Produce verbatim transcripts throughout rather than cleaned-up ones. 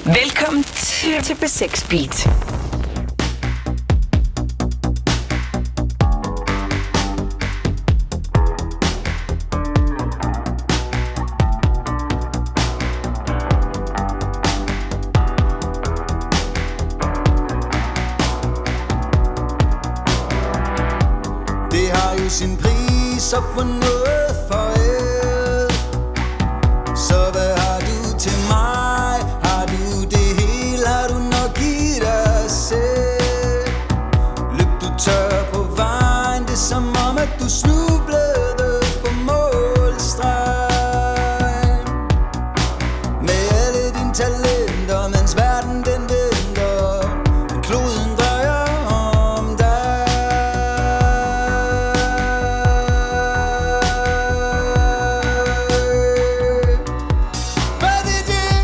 Velkommen til, til B seks Beat. Det har jo sin pris at få noget for el. Så hvad har du til mig? Har du det hele? Har du nok i dig selv? Løb du tør på vejen? Det er som om at du snublede på målstregen. Med alle dine talenter, mens verden den venter, men kloden drejer om dig. Hvad er det det?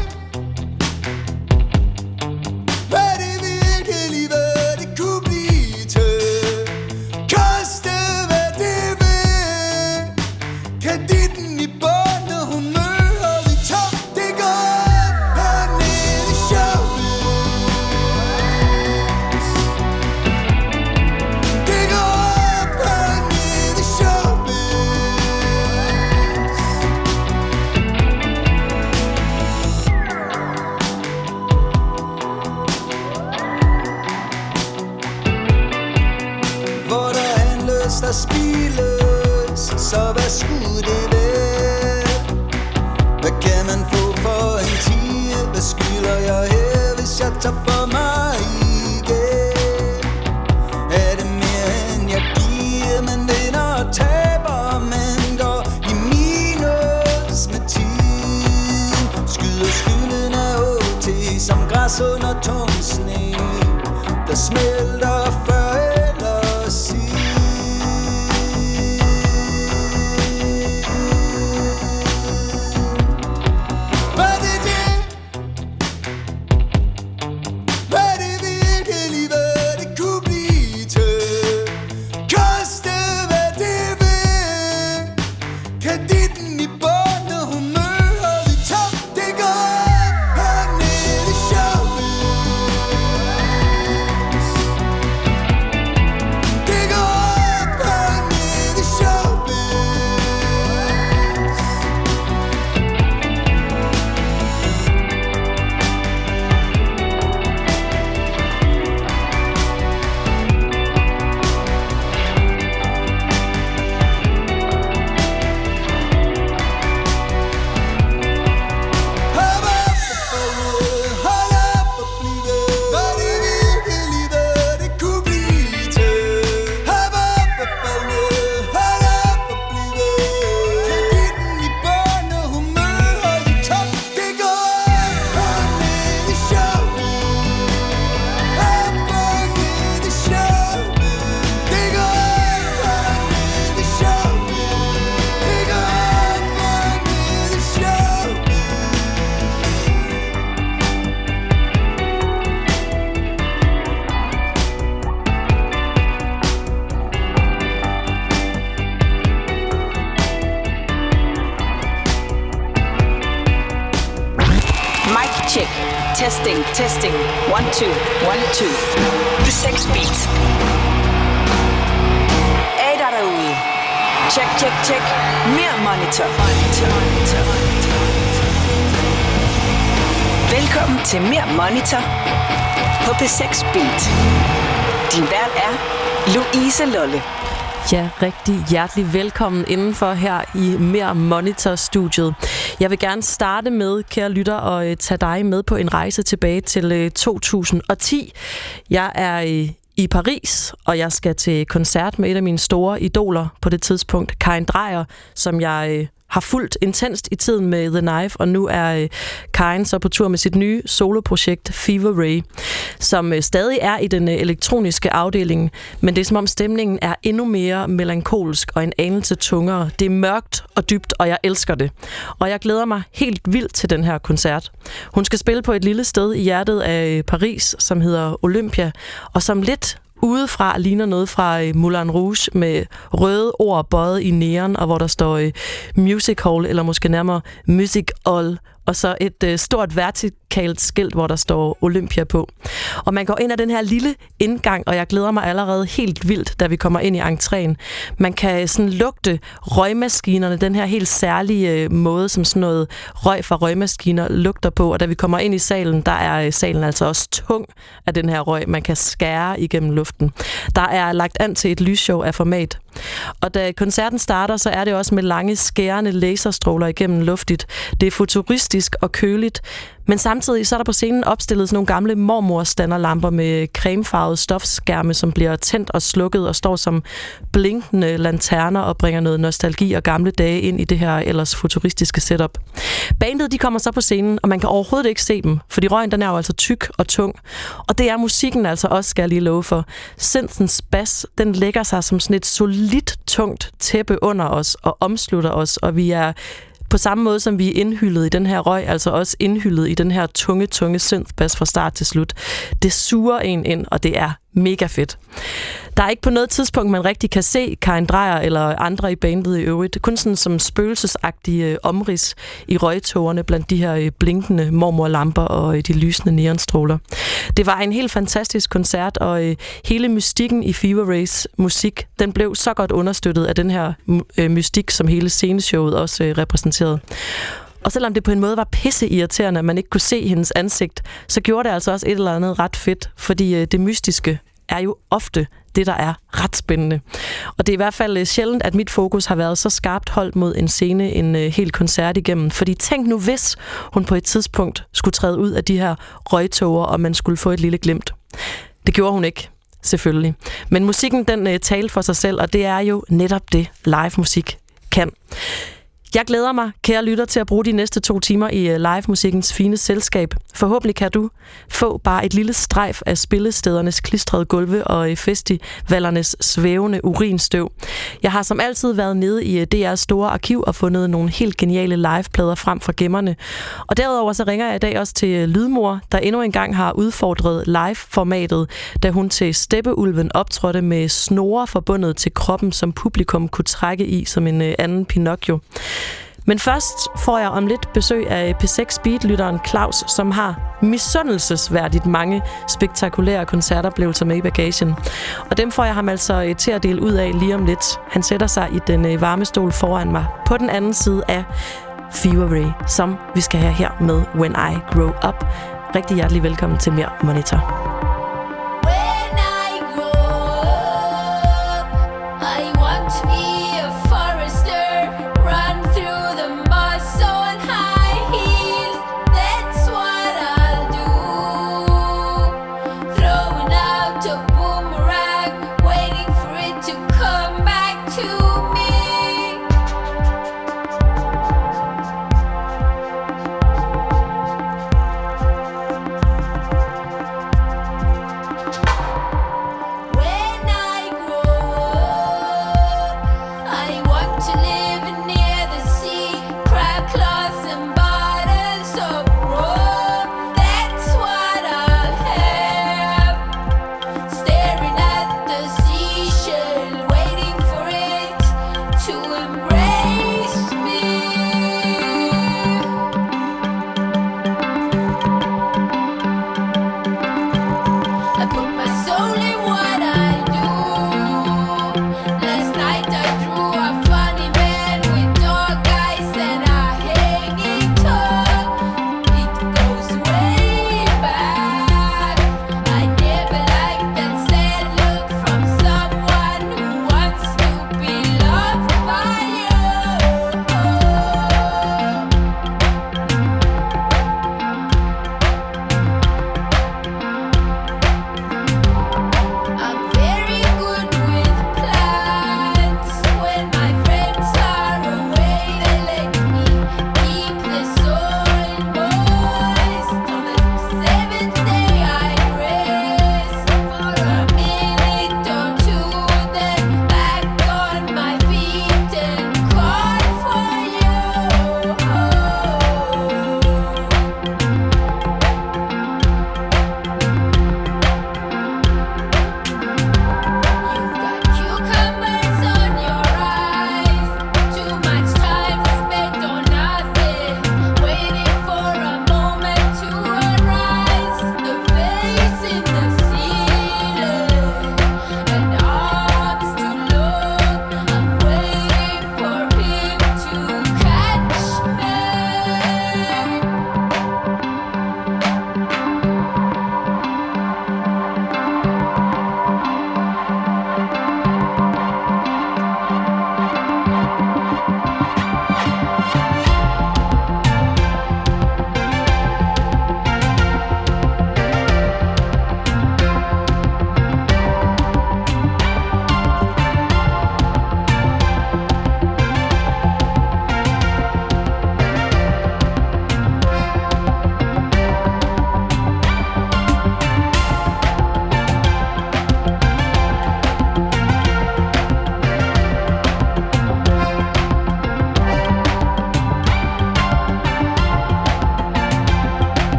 Hvad er det virkelig, hvad det kunne blive til? Koste hvad det vil. Kreditten i bund og humøret i top. Det går op hernede i showbiz. Det går op hernede i showbiz. Hvor der handles, der spildes, så hvad skulle det være? Hvad kan man få for en tiger? Hvad skylder jeg her, hvis jeg tager for mig igen? Er det mere end jeg giver? Man vinder og taber, man går i minus med tiden. Skyder skylden af O T som græs under tung sne, der smelter før eller siden. Hvad er det det? Hvad er det virkelig, hvad det kunne blive til? Koste hvad det vil. Kreditten i bund og humøret i top. Det går op hernede i showbiz. Det går op hernede i showbiz. Hop op og få ud, hold op og bliv ved. Hvad er det virkelig, hvad det kunne blive til? Hop op og få ud, hold op og bliv ved. Kreditten i bund og humøret i top. Det går op hernede i showbiz. Op hernede i showbiz. Det går op hernede i showbiz. Det går op hernede i showbiz. Mic check. Testing, testing. One, two, one, two. B seks Beat. Er I der derude? Check, check, check. Mere monitor. Monitor, monitor, monitor. Velkommen til Mere Monitor på B seks Beat. Din vært er Louise Lolle. Ja, rigtig hjertelig velkommen indenfor her i Mere Monitor-studiet. Jeg vil gerne starte med, kære lytter, og tage dig med på en rejse tilbage til to tusind og ti. Jeg er i Paris, og jeg skal til koncert med et af mine store idoler på det tidspunkt, Karin Dreyer, som jeg har fulgt intenst i tiden med The Knife, og nu er øh, Karin så på tur med sit nye soloprojekt Fever Ray, som øh, stadig er i den øh, elektroniske afdeling, men det er som om stemningen er endnu mere melankolsk og en anelse tungere. Det er mørkt og dybt, og jeg elsker det. Og jeg glæder mig helt vildt til den her koncert. Hun skal spille på et lille sted i hjertet af Paris, som hedder Olympia, og som lidt udefra ligner noget fra Moulin Rouge med røde ord bøjet i neon, og hvor der står music hall, eller måske nærmere music hall, og så et øh, stort vertikalt hvidkalt skilt, hvor der står Olympia på. Og man går ind ad den her lille indgang, og jeg glæder mig allerede helt vildt, da vi kommer ind i entréen. Man kan sådan lugte røgmaskinerne, den her helt særlige måde, som sådan noget røg fra røgmaskiner lugter på. Og da vi kommer ind i salen, der er salen altså også tung af den her røg. Man kan skære igennem luften. Der er lagt an til et lysshow af format. Og da koncerten starter, så er det også med lange, skærende laserstråler igennem luftigt. Det er futuristisk og køligt, men samtidig så er der på scenen opstillet sådan nogle gamle mormorstanderlamper med cremefarvede stofskærme, som bliver tændt og slukket og står som blinkende lanterner og bringer noget nostalgi og gamle dage ind i det her ellers futuristiske setup. Bandet, de kommer så på scenen, og man kan overhovedet ikke se dem, fordi røgen den er jo altså tyk og tung. Og det er musikken altså også, skal jeg lige love for. Synthens bas, den lægger sig som sådan et solidt, tungt tæppe under os og omslutter os, og vi er på samme måde, som vi er indhyllet i den her røg, altså også indhyllet i den her tunge, tunge synthbass fra start til slut. Det suger en ind, og det er mega fedt. Der er ikke på noget tidspunkt, man rigtig kan se Karin Dreyer eller andre i bandet i øvrigt. Kun sådan som spøgelsesagtige omrids i røgtårerne blandt de her blinkende mormorlamper og de lysende neonstråler. Det var en helt fantastisk koncert, og hele mystikken i Fever Rays musik, den blev så godt understøttet af den her mystik, som hele sceneshowet også repræsenterede. Og selvom det på en måde var pisse irriterende, at man ikke kunne se hendes ansigt, så gjorde det altså også et eller andet ret fedt, fordi det mystiske er jo ofte det, der er ret spændende. Og det er i hvert fald sjældent, at mit fokus har været så skarpt holdt mod en scene en hel koncert igennem. Fordi tænk nu, hvis hun på et tidspunkt skulle træde ud af de her røgtåger, og man skulle få et lille glimt. Det gjorde hun ikke, selvfølgelig. Men musikken, den talte for sig selv, og det er jo netop det, live musik kan. Jeg glæder mig, kære lytter, til at bruge de næste to timer i live-musikkens fine selskab. Forhåbentlig kan du få bare et lille strejf af spillestedernes klistrede gulve og festivalernes svævende urinstøv. Jeg har som altid været nede i D R's store arkiv og fundet nogle helt geniale liveplader frem fra gemmerne. Og derudover så ringer jeg i dag også til Lydmor, der endnu engang har udfordret live-formatet, da hun til Steppeulven optrådte med snore forbundet til kroppen, som publikum kunne trække i som en anden Pinocchio. Men først får jeg om lidt besøg af P seks Beat-lytteren Claus, som har misundelsesværdigt mange spektakulære koncertoplevelser med i bagagen. Og dem får jeg ham altså til at dele ud af lige om lidt. Han sætter sig i den varme stol foran mig på den anden side af Fever Ray, som vi skal have her med When I Grow Up. Rigtig hjertelig velkommen til Mere Monitor.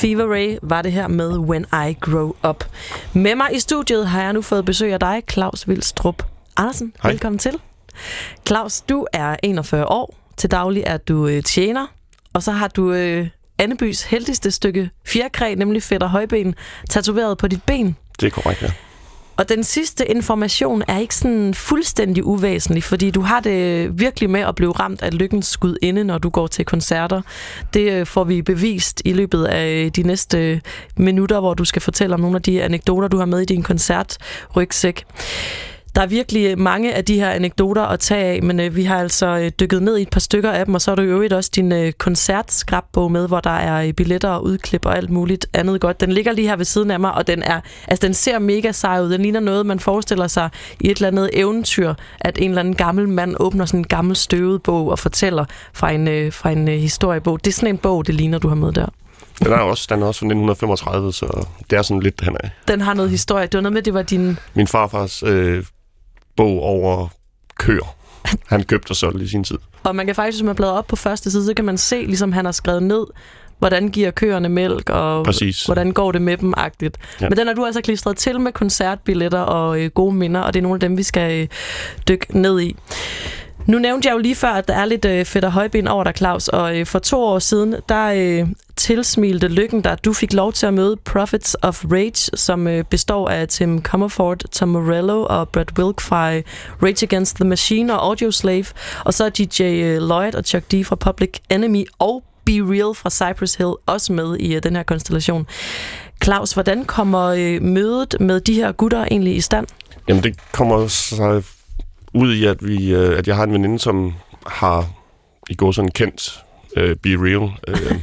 Fever Ray var det her med When I Grow Up. Med mig i studiet har jeg nu fået besøg af dig, Claus Vilstrup Andersen. Hej. Velkommen til. Claus, du er enogfyrre år. Til daglig er du øh, tjener. Og så har du øh, Andebys heldigste stykke fjerkræ, nemlig fætter højben, tatoveret på dit ben. Det er korrekt, ja. Og den sidste information er ikke sådan fuldstændig uvæsentlig, fordi du har det virkelig med at blive ramt af lykkens skudinde, når du går til koncerter. Det får vi bevist i løbet af de næste minutter, hvor du skal fortælle om nogle af de anekdoter, du har med i din koncertrygsæk. Der er virkelig mange af de her anekdoter at tage af, men øh, vi har altså øh, dykket ned i et par stykker af dem, og så er der jo øvrigt også din øh, koncertskrabbog med, hvor der er øh, billetter og udklip og alt muligt andet godt. Den ligger lige her ved siden af mig, og den er, altså den ser mega sej ud. Den ligner noget, man forestiller sig i et eller andet eventyr, at en eller anden gammel mand åbner sådan en gammel støvet bog og fortæller fra en, øh, fra en øh, historiebog. Det er sådan en bog, det ligner, du har med der. Den er også, den er også fra nitten femogtredive, så det er sådan lidt hen af. Den har noget historie. Det var noget med, det var din... Min farfars øh, bog over køer. Han købte og solgte i sin tid. Og man kan faktisk, hvis man bladrer op på første side, så kan man se, ligesom han har skrevet ned, hvordan giver køerne mælk, og Præcis. hvordan går det med dem-agtigt. Ja. Men den har du altså klistret til med koncertbilletter og øh, gode minder, og det er nogle af dem, vi skal øh, dykke ned i. Nu nævnte jeg jo lige før, at der er lidt øh, fedt og højben over dig, Claus, og øh, for to år siden, der øh, tilsmilte lykken dig, du fik lov til at møde Prophets of Rage, som øh, består af Tim Comerford, Tom Morello og Brad Wilk fra øh, Rage Against the Machine og Audioslave, og så er D J Lloyd og Chuck D fra Public Enemy og Be Real fra Cypress Hill også med i øh, den her konstellation. Claus, hvordan kommer øh, mødet med de her gutter egentlig i stand? Jamen det kommer så ud i, at, vi, øh, at jeg har en veninde, som har i går sådan kendt øh, Be Real. Øh,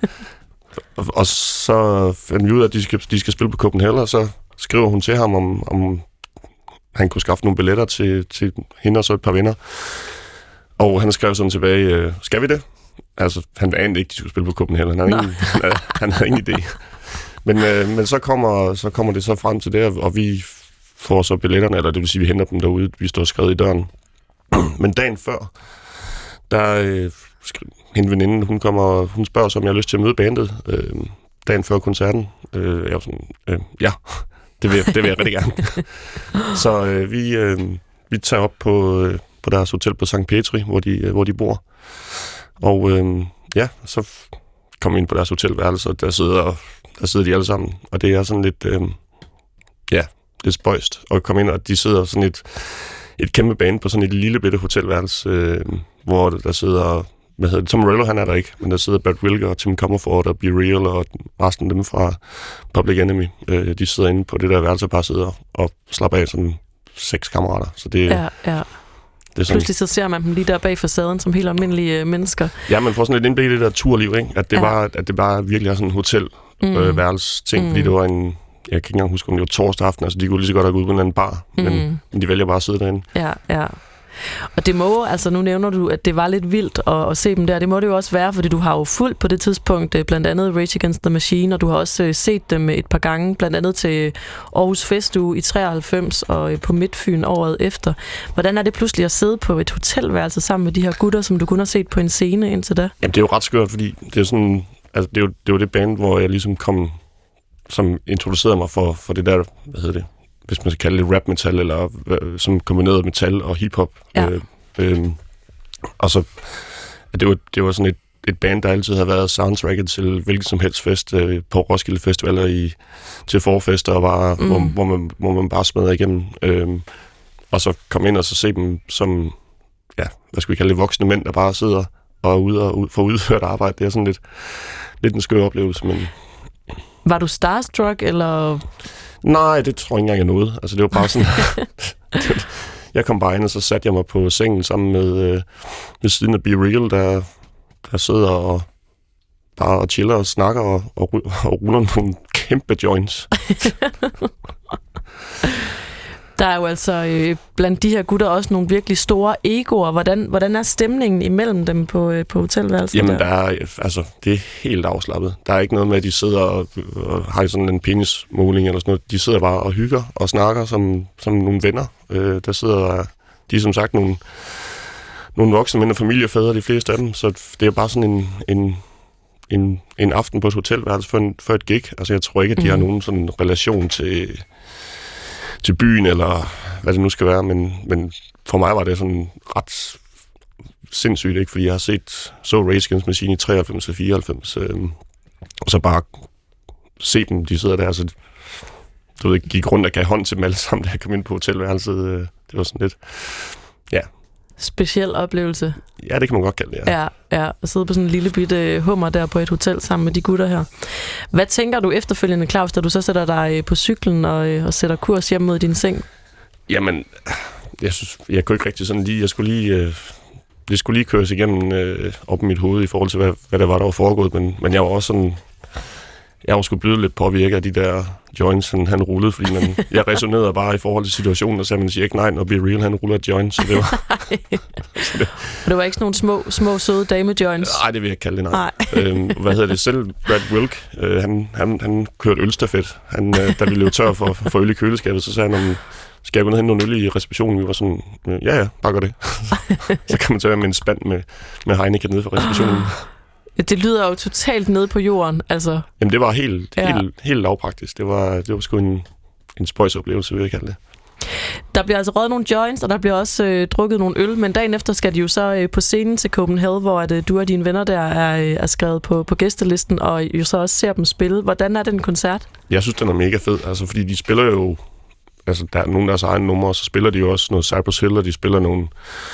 og, og så fandt vi ud af, at de skal, de skal spille på Copenhagen, og så skriver hun til ham, om, om han kunne skaffe nogle billetter til, til hende og så et par venner. Og han skrev sådan tilbage, øh, skal vi det? Altså, han anede ikke, de skulle spille på Copenhagen. Han havde ingen, han, han havde ingen idé. Men, øh, men så, kommer, så kommer det så frem til det, og vi får så billetterne, eller det vil sige, vi henter dem derude. Vi står skrevet i døren. Men dagen før, der øh, hende veninde, hun kommer, hun spørger så, om jeg har lyst til at møde bandet øh, dagen før koncerten. Øh, jeg var sådan, øh, ja, det vil, det vil jeg rigtig gerne. Så øh, vi, øh, vi tager op på, øh, på deres hotel på Sankt Petri, hvor de, øh, hvor de bor. Og øh, ja, så kom vi ind på deres hotelværelse, og der sidder, der sidder de alle sammen. Og det er sådan lidt, øh, ja, lidt spøjst at komme ind, og de sidder sådan et, et kæmpe band på sådan et lille bitte hotelværelse, øh, hvor der sidder, hvad hedder det, Tom Morello, han er der ikke, men der sidder Brad Wilk og Tim Comerford og Be Real og resten af dem fra Public Enemy. Øh, de sidder inde på det der værelse og bare sidder og slapper af sådan seks kammerater. Så det, ja, ja. Det er sådan, pludselig så ser man dem lige der bag facaden som helt almindelige øh, mennesker. Ja, man får sådan lidt indblik i det der turliv, ikke? At det, ja. var, at det bare virkelig er sådan en hotelværelse mm. ting, mm. fordi det var en, jeg kan ikke engang huske, om det var torsdag aften, altså de kunne lige så godt have gået ud på en anden bar, mm. men, men de vælger bare at sidde derinde. Ja, ja. Og det må, altså nu nævner du, at det var lidt vildt at, at se dem der. Det må det jo også være, fordi du har jo fulgt på det tidspunkt blandt andet Rage Against the Machine, og du har også set dem et par gange, blandt andet til Aarhus Festuge i treoghalvfems og på Midtfyn året efter. Hvordan er det pludselig at sidde på et hotelværelse sammen med de her gutter, som du kun har set på en scene indtil da? Jamen det er jo ret skørt, fordi det er sådan, altså det er jo det, er det band, hvor jeg ligesom kom, som introducerede mig for, for det der, hvad hedder det, hvis man skal kalde det rap metal, eller øh, som kombinerede metal og hiphop. Ja. Øh, øh, og så, det var, det var sådan et, et band, der altid havde været soundtracket til hvilken som helst fest, øh, på Roskilde Festival og i, til forfester, og bare, mm. hvor, hvor, man, hvor man bare smadrede igennem. Øh, og så kom ind og så se dem som, ja, hvad skal vi kalde det, voksne mænd, der bare sidder og er ude og ud, får udført arbejde. Det er sådan lidt, lidt en skør oplevelse, men... Var du starstruck, eller... Nej, det tror jeg ikke engang, jeg nåede. Altså, det var bare sådan... jeg kom bare ind, og så satte jeg mig på sengen sammen med, øh, med siden af Be Real, der, der sidder og bare og chiller og snakker og, og, og ruller nogle kæmpe joints. Der er jo altså øh, blandt de her gutter også nogle virkelig store egoer. Hvordan, hvordan er stemningen imellem dem på, øh, på hotelværelset? Jamen, der er, altså, det er helt afslappet. Der er ikke noget med, at de sidder og, og har sådan en penismåling eller sådan noget. De sidder bare og hygger og snakker som, som nogle venner. Øh, der sidder, de er som sagt nogle, nogle voksne mænd og familiefædre, de fleste af dem. Så det er bare sådan en, en en, en aften på et hotelværelse for, en, for et gig. Altså, jeg tror ikke, at de mm. har nogen sådan relation til, til byen, eller hvad det nu skal være, men, men for mig var det sådan ret sindssygt, ikke? Fordi jeg har set så Rage Against the Machine i treoghalvfems og fireoghalvfems, øh, og så bare se dem, de sidder der, så du ved, gik rundt og gav hånd til dem alle sammen, da jeg kom ind på hotelværelset. Øh, det var sådan lidt, ja. Speciel oplevelse. Ja, det kan man godt kalde det, ja. Ja, ja. At sidde på sådan en lille bitte hummer der på et hotel sammen med de gutter her. Hvad tænker du efterfølgende, Claus, da du så sætter dig på cyklen og, og sætter kurs hjem mod din seng? Jamen, jeg synes, jeg kunne ikke rigtig sådan lige, jeg skulle lige, øh, det skulle lige køres igennem øh, op i mit hoved i forhold til, hvad, hvad der var, der var foregået, men, men jeg var også sådan, jeg var sgu blevet lidt påvirket af de der joints, han, han rullede, fordi man, jeg resonerede bare i forhold til situationen, og så man siger ikke nej, når Be Real, han ruller joints, så det var... så det, det var ikke sådan nogle små, små søde dame-joints? Nej, det vil jeg ikke kalde det, nej. nej. øhm, hvad hedder det? Selv Brad Wilk, øh, han, han, han kørte ølstafet. Han, øh, da vi løb tør for, for øl i køleskabet, så sagde han, om, skal jeg gå ned og hente nogle øl i receptionen? Vi var sådan, ja ja, bare gør det. Så kan man tage med en spand med, med Heineken nede for receptionen. Det lyder jo totalt nede på jorden, altså. Jamen, det var helt, ja. helt, helt lavpraktisk. Det var, det var sgu en, en spøjsoplevelse, vil jeg kalde det. Der bliver altså røget nogle joints, og der bliver også øh, drukket nogle øl, men dagen efter skal de jo så øh, på scenen til Copenhagen, hvor at, øh, du og dine venner der er, øh, er skrevet på, på gæstelisten, og jo så også ser dem spille. Hvordan er den koncert? Jeg synes, den er mega fed, altså, fordi de spiller jo... Altså, der er nogle af deres egne numre, og så spiller de jo også noget Cypress Hill, og de spiller nogle...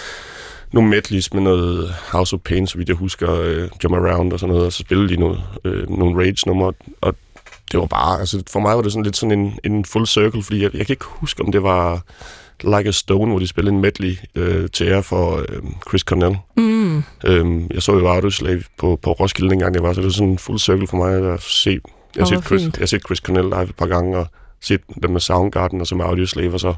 nogle medleys med noget House of Pain, så vidt jeg husker, øh, Jump Around og sådan noget, og så spillede de noget, øh, nogle Rage-numre, og det var bare, altså for mig var det sådan lidt sådan en, en full circle, fordi jeg, jeg kan ikke huske, om det var Like a Stone, hvor de spillede en medley øh, til ære for øh, Chris Cornell. Mm. Øhm, jeg så jo Audioslave på, på Roskilde dengang det var, så det var sådan en full circle for mig at se. Jeg har, set Chris, jeg har set Chris Cornell live et par gange, og set dem med Soundgarden og så med Audioslave, og så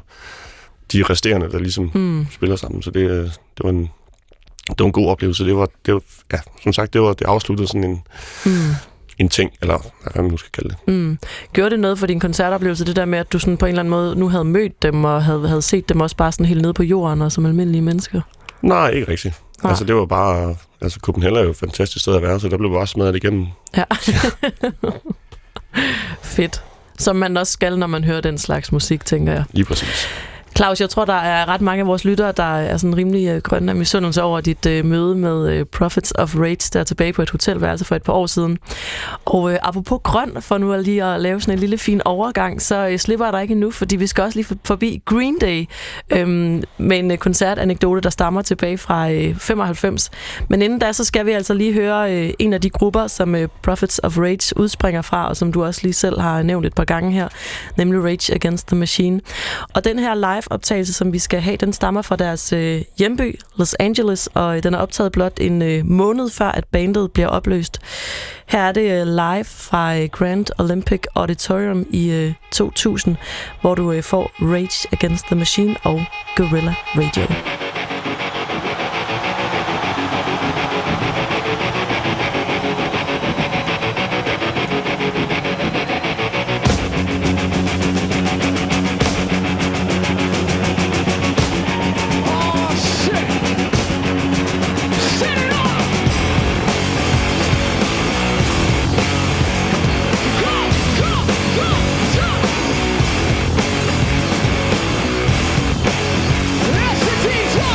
de resterende, der ligesom mm. spiller sammen, så det, det var en det var en god oplevelse. Det var, det var ja, som sagt, det var det afsluttede sådan en mm. en ting, eller hvad man nu skal kalde det. Mm. Gjorde det noget for din koncertoplevelse, det der med, at du sådan på en eller anden måde nu havde mødt dem, og havde, havde set dem også bare sådan helt nede på jorden, og som almindelige mennesker? Nej, ikke rigtigt. Nej. Altså, det var bare... Altså, Copenhagen er jo et fantastisk sted at være, så der blev bare smadret igennem. Ja. Fedt. Som man også skal, når man hører den slags musik, tænker jeg. Lige præcis. Claus, jeg tror, der er ret mange af vores lyttere, der er sådan rimelig øh, grønne af misundelse over dit øh, møde med øh, Prophets of Rage, der er tilbage på et hotelværelse for et par år siden. Og øh, apropos grøn, for nu lige at lave sådan en lille fin overgang, så øh, slipper jeg dig ikke endnu, fordi vi skal også lige forbi Green Day øh, med en øh, koncertanekdote, der stammer tilbage fra øh, femoghalvfems. Men inden da, så skal vi altså lige høre øh, en af de grupper, som øh, Prophets of Rage udspringer fra, og som du også lige selv har nævnt et par gange her, nemlig Rage Against the Machine. Og den her live optagelse, som vi skal have, den stammer fra deres øh, hjemby, Los Angeles, og øh, den er optaget blot en øh, måned før, at bandet bliver opløst. Her er det øh, live fra øh, Grand Olympic Auditorium i øh, to tusind, hvor du øh, får Rage Against the Machine og Guerrilla Radio. T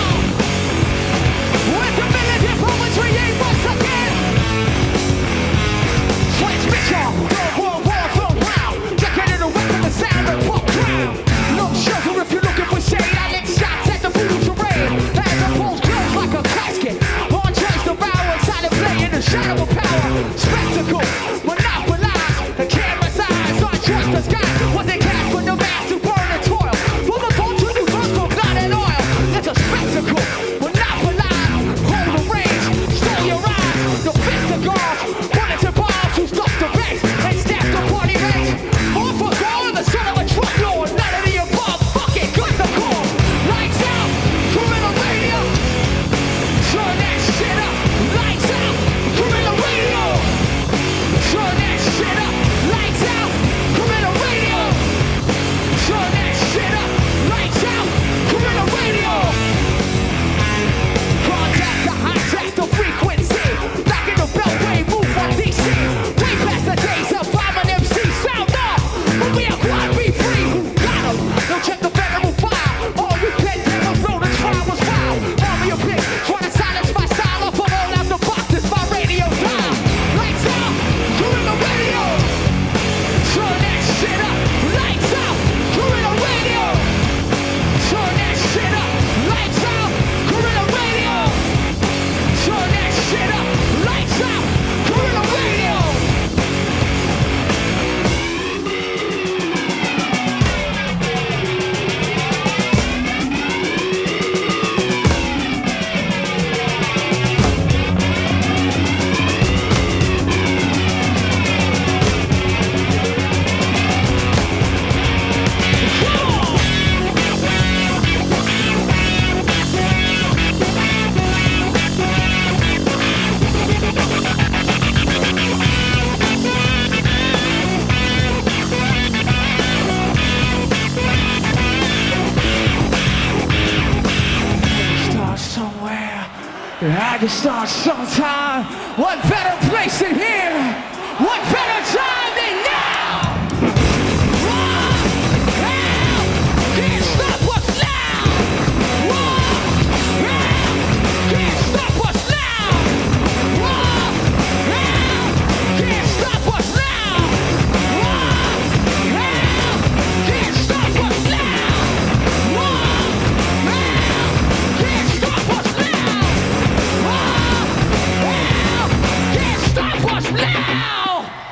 to start sometime. What better place than here? What better time than now? Whoa, hell, can't stop us now. Whoa, hell, can't stop us now. Whoa, hell, can't stop us now. Whoa, hell, can't stop us now. Whoa, hell, can't stop us now. Whoa, hell, can't stop us now.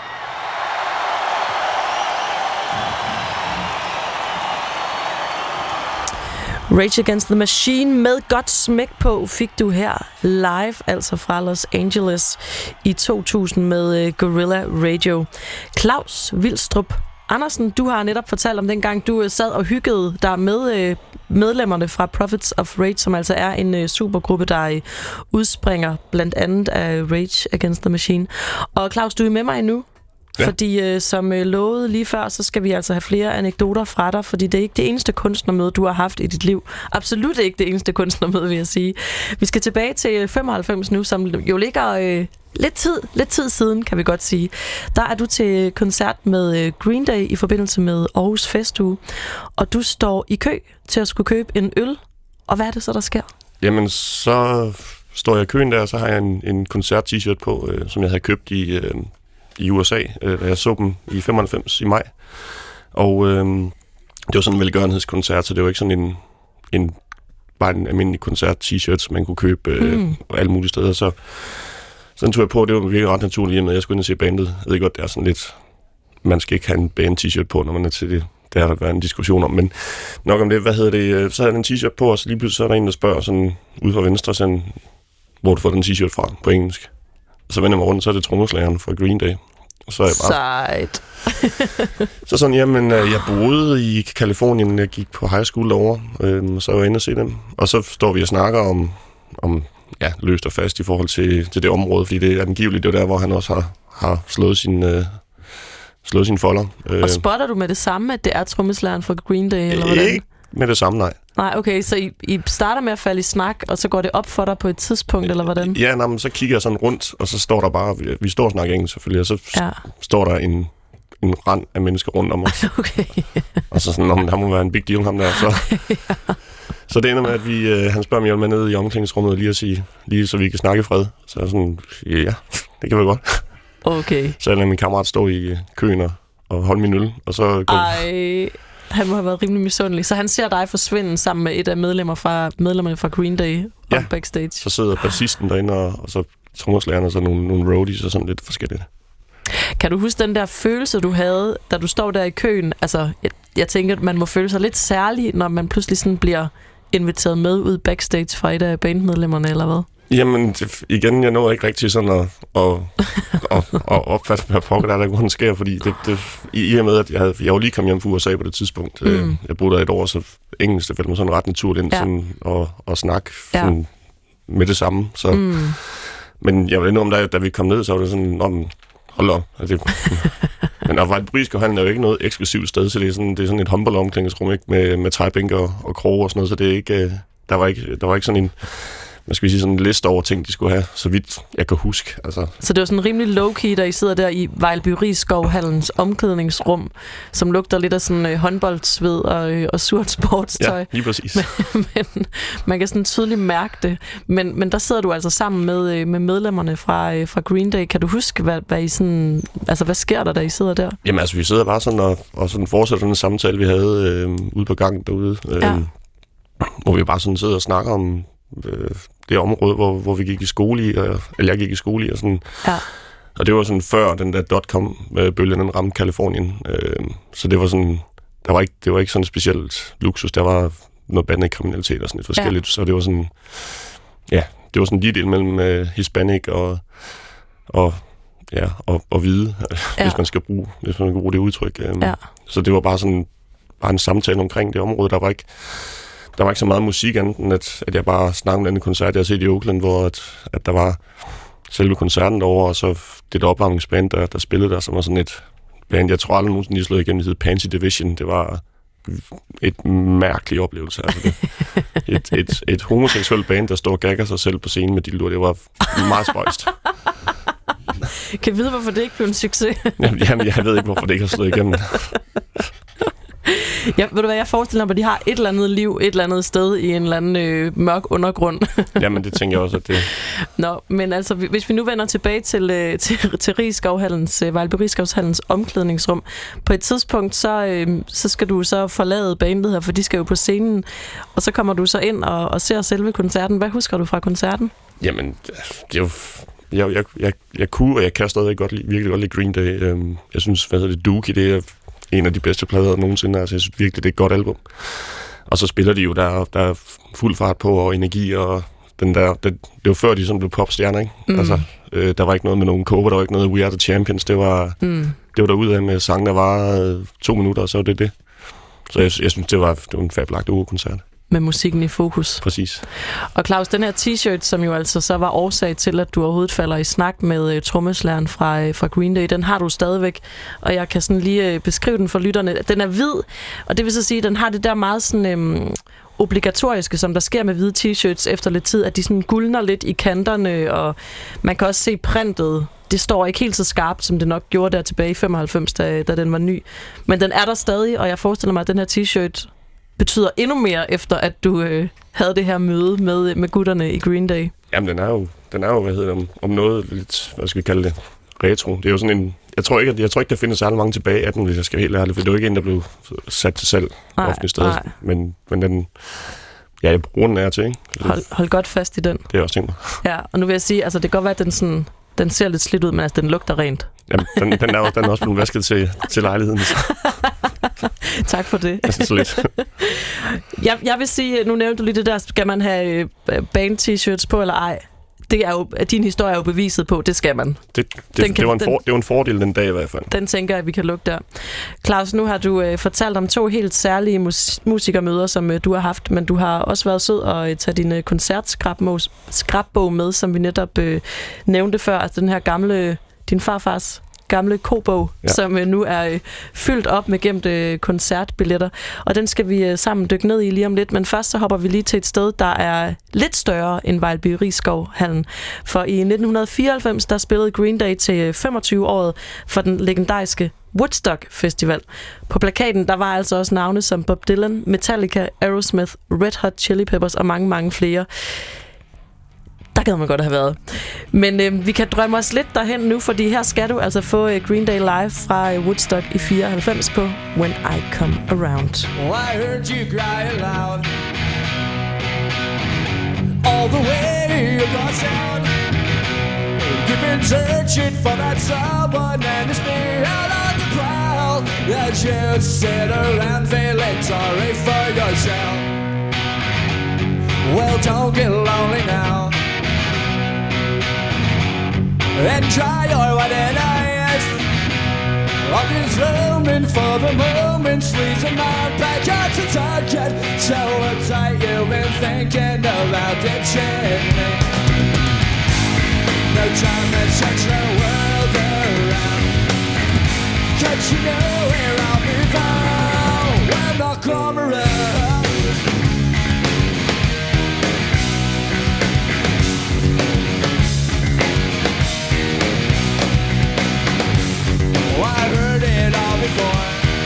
Rage Against the Machine med godt smæk på fik du her live, altså fra Los Angeles i to tusind med uh, Guerrilla Radio. Claus Vilstrup Andersen, du har netop fortalt om dengang, du uh, sad og hyggede dig med uh, medlemmerne fra Prophets of Rage, som altså er en uh, supergruppe, der uh, udspringer blandt andet af Rage Against the Machine. Og Claus, du er med mig nu. Ja. Fordi øh, som øh, lovet lige før, så skal vi altså have flere anekdoter fra dig, fordi det er ikke det eneste kunstnermøde, du har haft i dit liv. Absolut ikke det eneste kunstnermøde, vil jeg sige. Vi skal tilbage til femoghalvfems nu, som jo ligger øh, lidt tid, lidt tid siden, kan vi godt sige. Der er du til koncert med øh, Green Day i forbindelse med Aarhus Festuge, og du står i kø til at skulle købe en øl. Og hvad er det så, der sker? Jamen, så står jeg i køen der, og så har jeg en, en koncert-t-shirt på, øh, som jeg havde købt i... Øh, i U S A, da jeg så dem i femoghalvfems i maj. Og øh, det var sådan en velgørenhedskoncert, så det var ikke sådan en, en bare en almindelig koncert-t-shirt, som man kunne købe øh, mm. alle mulige steder. Så sådan tog jeg på, det var virkelig ret naturligt, at jeg skulle ind og se bandet. Jeg ved godt, det er sådan lidt, man skal ikke have en band-t-shirt på, når man er til det. Det har været en diskussion om, men nok om det, hvad hedder det, så havde jeg en t-shirt på, og så lige pludselig så er der en, der spørger sådan ude fra venstre, sådan, hvor du får den t-shirt fra på engelsk. Så vender jeg mig rundt, så er det trommeslageren fra Green Day. Og så er jeg bare... Sejt. så sådan, jamen, jeg boede i Californien, jeg gik på high school derovre, øhm, så var jeg inde og se dem. Og så står vi og snakker om, om ja, løst og fast i forhold til, til det område, fordi det er angiveligt, det er der, hvor han også har, har slået sin... Øh, slået sine folder. Og spotter du med det samme, at det er trommeslageren fra Green Day, eller hvordan? Ikke med det samme, nej. Nej, okay, så I, I starter med at falde i snak, og så går det op for dig på et tidspunkt, eller hvordan? Ja, nej, men så kigger jeg sådan rundt, og så står der bare, vi, vi står og snakker engelsk selvfølgelig, og så ja. står der en, en rand af mennesker rundt om os. Okay. Og så sådan, om der må være en big deal, ham der. Så, ja. så det ender med, at vi, øh, han spørger mig med ned i omklædningsrummet lige at sige, lige så vi kan snakke i fred. Så er jeg sådan, ja, det kan vi godt. Okay. Så jeg lader min kammerat stå i køen og, og holde min øl, og så... Ej... Han må have været rimelig misundelig. Så han ser dig forsvinde sammen med et af medlemmer fra, medlemmerne fra Green Day ja. backstage. Så sidder bassisten derinde, og, og så trommeslageren og så nogle, nogle roadies og sådan lidt forskelligt. Kan du huske den der følelse, du havde, da du står der i køen? Altså, jeg, jeg tænker, at man må føle sig lidt særlig, når man pludselig sådan bliver inviteret med ud backstage fra et af bandmedlemmerne, eller hvad? Jamen, det, igen, jeg nåede ikke rigtig sådan at, at, at, at opfatte, hvad pokker der er, der kunne ske, fordi det, det, i og med, at jeg, havde, jeg var lige kommet hjem fra U S A på det tidspunkt. Mm. Jeg boede der et år, så engelsk, det faldt mig sådan ret naturligt ind ja. sådan, og, og snakke ja. med det samme. Så. Mm. Men jeg var endnu om, da, da vi kom ned, så var det sådan, om, hold op. Det, men der var et britiske handel er jo ikke noget eksklusivt sted, så det er sådan, det er sådan et håndboldomklædningsrum, ikke, med, med træbænker og, og kroge og sådan noget, så det er ikke, der var ikke, der var ikke sådan en... Man skal sige sådan en liste over ting, de skulle have, så vidt jeg kan huske. Altså. Så det var sådan rimelig low-key, da I sidder der i Vejlby Rigskovhallens omklædningsrum, som lugter lidt af sådan øh, håndboldsved og, øh, og surt sportstøj. Ja, lige præcis. Men, men man kan sådan tydeligt mærke det. Men, men der sidder du altså sammen med, øh, med medlemmerne fra, øh, fra Green Day. Kan du huske, hvad, hvad I sådan... Altså, hvad sker der, da I sidder der? Jamen altså, vi sidder bare sådan og, og sådan fortsætter den samtale, vi havde øh, ude på gangen derude. Øh, ja. Hvor vi bare sådan sidder og snakker om... Øh, det område, hvor, hvor vi gik i skole i, eller jeg gik i skole i, og sådan. Ja. Og det var sådan før den der dot-com-bølge, den ramte Californien. Øh, så det var sådan, der var ikke, det var ikke sådan specielt luksus, der var noget bandekriminalitet og sådan lidt forskelligt, ja. Så det var sådan, ja, det var sådan lige del mellem uh, hispanic og, og, ja, og, og hvide, ja. hvis man skal bruge, hvis man skal bruge det udtryk. Øh, ja. Så det var bare sådan, bare en samtale omkring det område, der var ikke, Der var ikke så meget musik andet, at, at jeg bare snakkede om den koncert, jeg har set i Oakland, hvor at, at der var selve koncerten derovre, og så det der opvarmningsband, der, der spillede der, som var sådan et band, jeg tror aldrig nogensinde, de slog igennem, det hed Pansy Division. Det var et mærkelig oplevelse. Altså det, et, et, et homoseksuelt band, der står og gagger sig selv på scenen med dildoer, det var meget spøjst. Kan jeg vide, hvorfor det ikke blev en succes? Jamen, jamen, jeg ved ikke, hvorfor det ikke har slået igennem. Ja, ved du hvad, jeg forestiller mig, at de har et eller andet liv et eller andet sted i en eller anden øh, mørk undergrund. Jamen, det tænker jeg også, at det... Nå, men altså, hvis vi nu vender tilbage til, øh, til, til Riskovhallens, øh, Vejlby Riskovshallens omklædningsrum. På et tidspunkt, så, øh, så skal du så forlade bandet her, for de skal jo på scenen, og så kommer du så ind og, og ser selve koncerten. Hvad husker du fra koncerten? Jamen, det er jo... Jeg, jeg, jeg, jeg kunne, og jeg kan stadig godt lide, virkelig godt lide Green Day. Jeg synes, hvad hedder det, Dookie, det er en af de bedste plader nogensinde. Altså, jeg synes virkelig, det er et godt album. Og så spiller de jo, der, der er fuld fart på og energi, og den der, det, det var før de sådan blev popstjerner, ikke? Mm. Altså, øh, der var ikke noget med nogen cover, der var ikke noget We Are The Champions, det var, mm. det var derudad med sang, der var øh, to minutter, og så var det det. Så jeg, jeg synes, det var, det var en fabelagtig ugekoncert. Med musikken i fokus. Præcis. Og Claus, den her t-shirt, som jo altså så var årsag til, at du overhovedet falder i snak med uh, trommeslageren fra, uh, fra Green Day, den har du stadigvæk, og jeg kan sådan lige uh, beskrive den for lytterne. Den er hvid, og det vil så sige, at den har det der meget sådan um, obligatoriske, som der sker med hvide t-shirts efter lidt tid, at de sådan guldner lidt i kanterne, og man kan også se printet. Det står ikke helt så skarpt, som det nok gjorde der tilbage i femoghalvfems, da, da den var ny. Men den er der stadig, og jeg forestiller mig, at den her t-shirt betyder endnu mere, efter at du øh, havde det her møde med, med gutterne i Green Day. Jamen, den er jo, den er jo hvad hedder det, om, om noget lidt, hvad skal vi kalde det, retro. Det er jo sådan en, jeg tror ikke, at, jeg tror ikke der findes særlig mange tilbage af den, hvis jeg skal være helt ærlig, for det er jo ikke en, der blev sat til salg offentligt sted. Men, men den, ja, jeg bruger den af til, ikke? Hold, hold godt fast i den. Det er også tænkt mig. Ja, og nu vil jeg sige, altså det kan godt være, at den sådan, den ser lidt slidt ud, men altså den lugter rent. Jamen, den, den, er, den er også blevet vasket til, til lejligheden. Tak for det. Det er så lidt. jeg, jeg vil sige, nu nævnte du lige det der, skal man have band-t-shirts på eller ej? Det er jo, din historie er jo beviset på, det skal man. Det, det, kan, det, var en for, det var en fordel den dag i hvert fald. Den tænker jeg, at vi kan lukke der. Claus, nu har du øh, fortalt om to helt særlige mus- musikermøder, som øh, du har haft, men du har også været sød at øh, tage din øh, koncertskrapbog med, som vi netop øh, nævnte før. Altså den her gamle, din farfars gamle kobog, ja. som øh, nu er øh, fyldt op med gemte øh, koncertbilletter. Og den skal vi øh, sammen dykke ned i lige om lidt. Men først så hopper vi lige til et sted, der er lidt større end Vejlby Riskovhallen. For i nitten fireoghalvfems, der spillede Green Day til femogtyve-året for den legendariske Woodstock Festival. På plakaten, der var altså også navne som Bob Dylan, Metallica, Aerosmith, Red Hot Chili Peppers og mange, mange flere. Der gad man godt have været. Men øh, vi kan drømme os lidt derhen nu, fordi her skal du altså få øh, Green Day live fra øh, Woodstock i fireoghalvfems på When I Come Around. Oh, I heard you crying loud all the way across town. You've been searching for that someone, and it's me out on the prowl. That you sit around feeling sorry for yourself. Well, don't get lonely now, and try your wildest. I'm just roaming for the moment, squeezing my back out to target. So uptight you've been thinking about ditching me. No time to touch the world around, 'cause you know where I'll be found when I come around. I've heard it all before,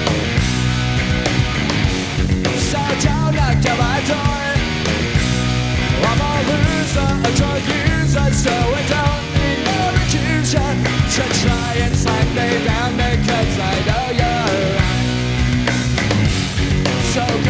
so don't knock at my door. I'm a loser, a drug user, so I don't need no accuser to try and slap me down because I know you're right. So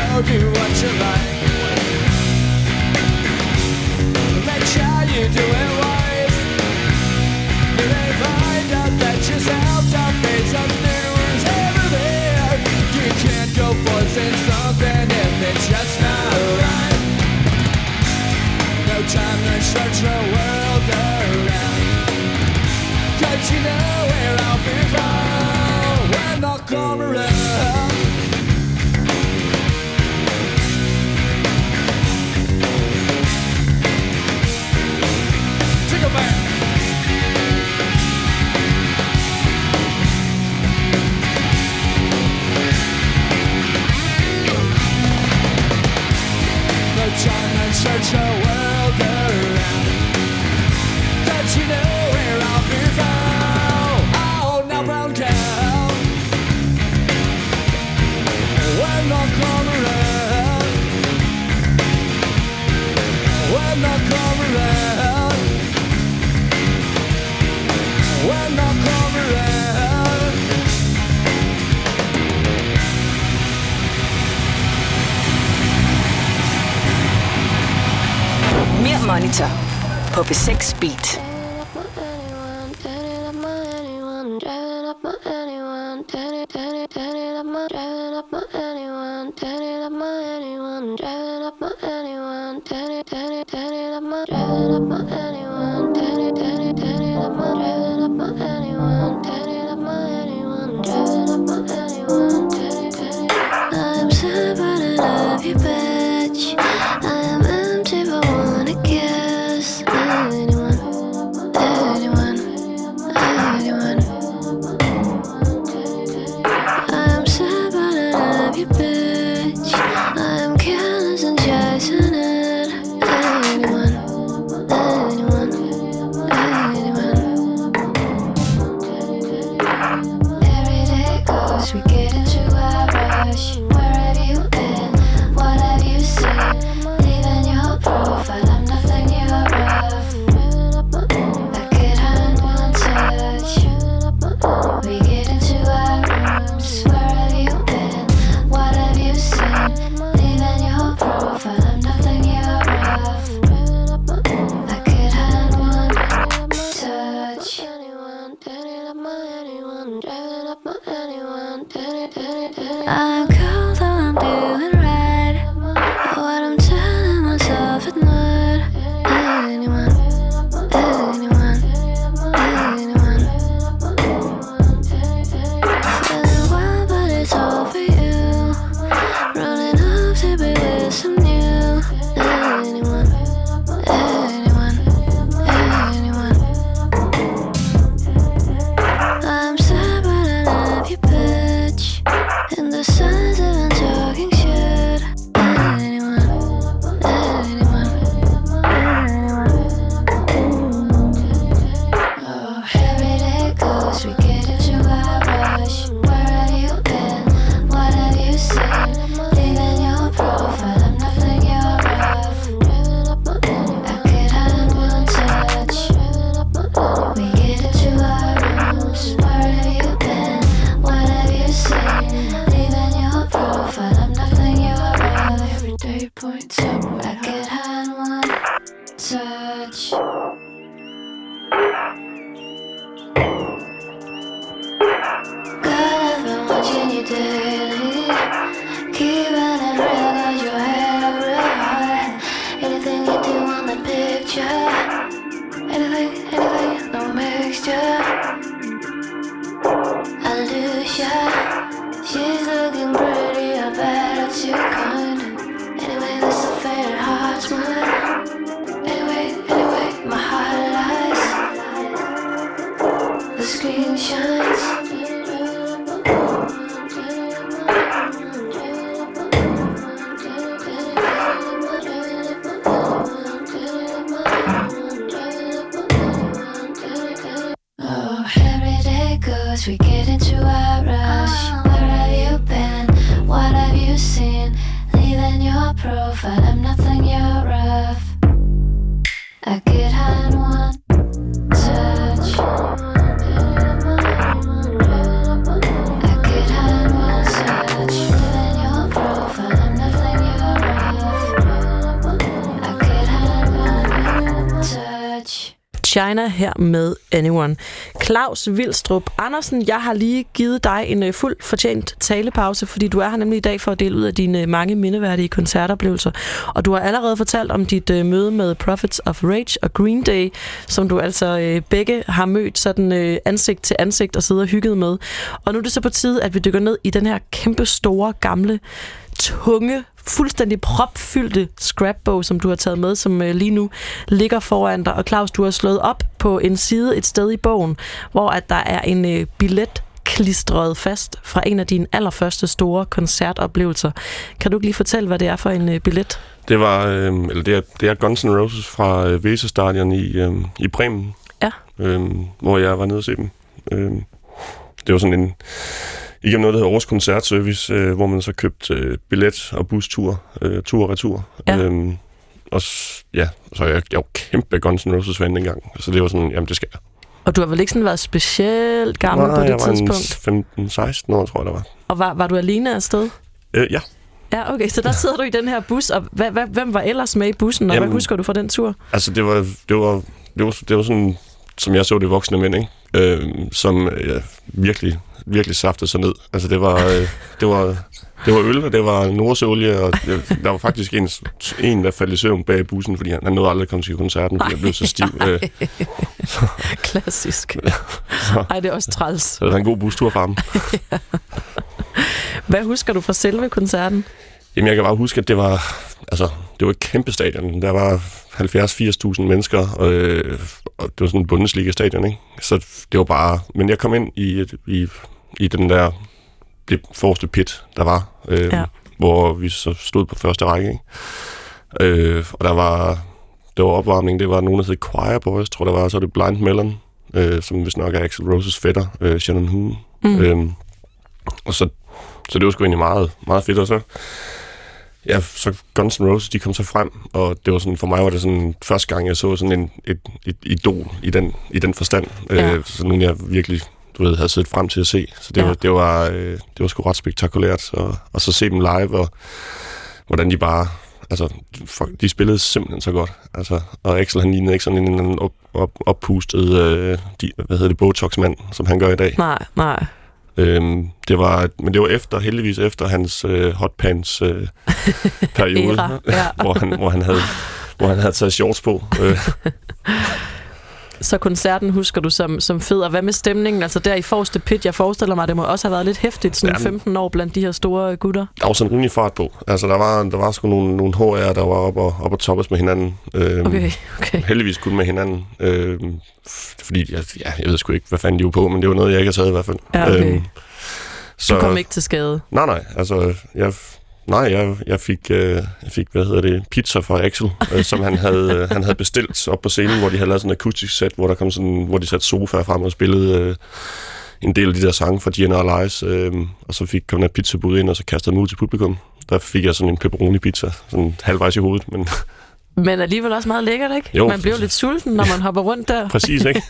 Monitor på P seks Beat. I'm sad but I love you, bitch. I am empty but wanna kiss anyone, anyone, anyone. I'm sad but I love you, bitch. I'm careless and chasing it. Anyone, anyone, anyone. Every day goes, we get into a rush. Where have you been? What have you seen? Leaving your profile, I'm nothing you're rough. I could hand one touch. We get into our rooms. Where have you been? What have you seen? Leaving your profile, I'm nothing you're rough. I could hand one touch. I'm cold though I'm doing right. What I'm telling myself at night. Anyone, anyone, anyone. Feeling wild but it's all for you. Running up to be with some new. Anyone, anyone, anyone. I'm sad but I love you, bitch. And the signs of I'm talking shit. Anyone, anyone, anyone. Oh, every day goes, we get into a rush. Where have you been? What have you seen? Leaving your profile, I'm nothing you're rough. I could hand one touch. We get into our rooms. Where have you been? What have you seen? Leaving your profile, I'm nothing you're rough. Every day points upward. I could hand one touch. God, I've been watching you daily. Keeping it real, got your head up real high. Anything you do on the picture. Anything, anything, no mixture. I lose ya. She's looking pretty, I bet I'm too kind. Anyway, this affair, heart's mine. Anyway, anyway, my heart lies. The screen shines. Oh, every day goes, we get into a rush. Where have you been? What have you seen? Leaving your profile, I'm nothing you're rough. I could hand one touch. I could hand one touch. Leaving your profile, I'm nothing you're rough. I could hand one touch. China her med Anyone. Claus Vilstrup Andersen, jeg har lige givet dig en uh, fuld fortjent talepause, fordi du er her nemlig i dag for at dele ud af dine uh, mange mindeværdige koncertoplevelser. Og du har allerede fortalt om dit uh, møde med Prophets of Rage og Green Day, som du altså uh, begge har mødt sådan uh, ansigt til ansigt og siddet og hygget med. Og nu er det så på tide, at vi dykker ned i den her kæmpe store, gamle, tunge, fuldstændig propfyldte scrapbog, som du har taget med, som øh, lige nu ligger foran dig. Og Claus, du har slået op på en side et sted i bogen, hvor at der er en øh, billet klistret fast fra en af dine allerførste store koncertoplevelser. Kan du ikke lige fortælle, hvad det er for en øh, billet? Det var, øh, eller det er, det er Guns N' Roses fra øh, Weserstadion i, øh, i Bremen, ja. øh, hvor jeg var nede og se dem. Øh, det var sådan en igennem noget, der hedder Aarhus Koncertservice, øh, hvor man så købte øh, billet og bustur, øh, tur og retur. Ja. Øhm, og ja, så jeg, jeg var kæmpe Guns N' Roses fan dengang, så det var sådan, jamen det skal jeg. Og du har vel ikke sådan været specielt gammel Nej, på det jeg var tidspunkt? femten seksten år, tror jeg, der var. Og var, var du alene afsted? Øh, ja. Ja, okay, så der sidder du i den her bus, og hvad, hvad, hvem var ellers med i bussen, og Jamen, hvad husker du fra den tur? Altså, det var, det var, det var, det var sådan, som jeg så det, voksne mænd, ikke? Øh, som ja, virkelig, virkelig saftede sig ned. Altså, det var, øh, det var, det var øl, og det var nordsøolie, og det, der var faktisk en, en, der faldt i søvn bag bussen, fordi han, han nåede aldrig at komme til koncerten, fordi han blev så stiv. Øh, så, Klassisk. så, Ej, det er også træls. Så det var en god bustur for ham. Ja. Hvad husker du fra selve koncerten? Jamen, jeg kan bare huske, at det var, altså, det var et kæmpe stadion. Der var halvfjerds til firs tusind mennesker, og, øh, og det var sådan en Bundesliga-stadion, ikke? Så det var bare... Men jeg kom ind i, i, i den der... det forreste pit, der var, øh, ja. hvor vi så stod på første række, ikke? Øh, og der var... Der var opvarmning, det var nogen, der hed Choir Boys, tror der var, så var det Blind Melon, øh, som vist nok er Axl Roses fætter, øh, Shannon Hoon. Mm. Øh, og så, så det var sgu egentlig meget, meget fedt, og så... Ja, så Guns N' Roses, de kom så frem, og det var sådan, for mig var det sådan første gang, jeg så sådan en, et, et idol i den, i den forstand. Ja. Øh, sådan nogen, jeg virkelig, du ved, havde siddet frem til at se. Så det, ja. var, det, var, øh, det var sgu ret spektakulært. Og, og så se dem live, og hvordan de bare, altså, de spillede simpelthen så godt. Altså, og Axl, han lignede ikke sådan en op, op, oppustet, øh, de, hvad hedder det, Botox-mand, som han gør i dag. Nej, nej. Øhm, det var, men det var efter, heldigvis efter hans øh, hotpants øh, periode, Era, ja. hvor, han, hvor, han havde, hvor han havde taget shorts på. Øh. Så koncerten husker du som, som fed, og hvad med stemningen? Altså der i forreste pit, jeg forestiller mig, det må også have været lidt hæftigt, sådan ja, femten år blandt de her store gutter. Der var sådan rimelig fart på. Altså der var, der var sgu nogle, nogle H R'er, der var oppe og, op og toppes med hinanden. Øhm, okay, okay. Heldigvis kun med hinanden. Øhm, fordi, jeg, ja, jeg ved sgu ikke, hvad fanden de var på, men det var noget, jeg ikke har taget i hvert fald. Ja, okay. Øhm, så, du kom ikke til skade? Nej, nej. Altså, jeg... Nej, jeg, jeg, fik, øh, jeg fik, hvad hedder det, pizza fra Axl, øh, som han havde, øh, han havde bestilt op på scenen, hvor de havde lavet sådan en akustisk set, hvor, der kom sådan, hvor de satte sofaer frem og spillede øh, en del af de der sange fra G N R Lies, øh, og så fik kom der et pizzabud ind, og så kastede dem ud til publikum. Der fik jeg sådan en pepperoni-pizza, sådan halvvejs i hovedet, men... Men alligevel også meget lækkert, ikke? Jo, man bliver lidt sulten, når man hopper rundt der. Præcis, ikke?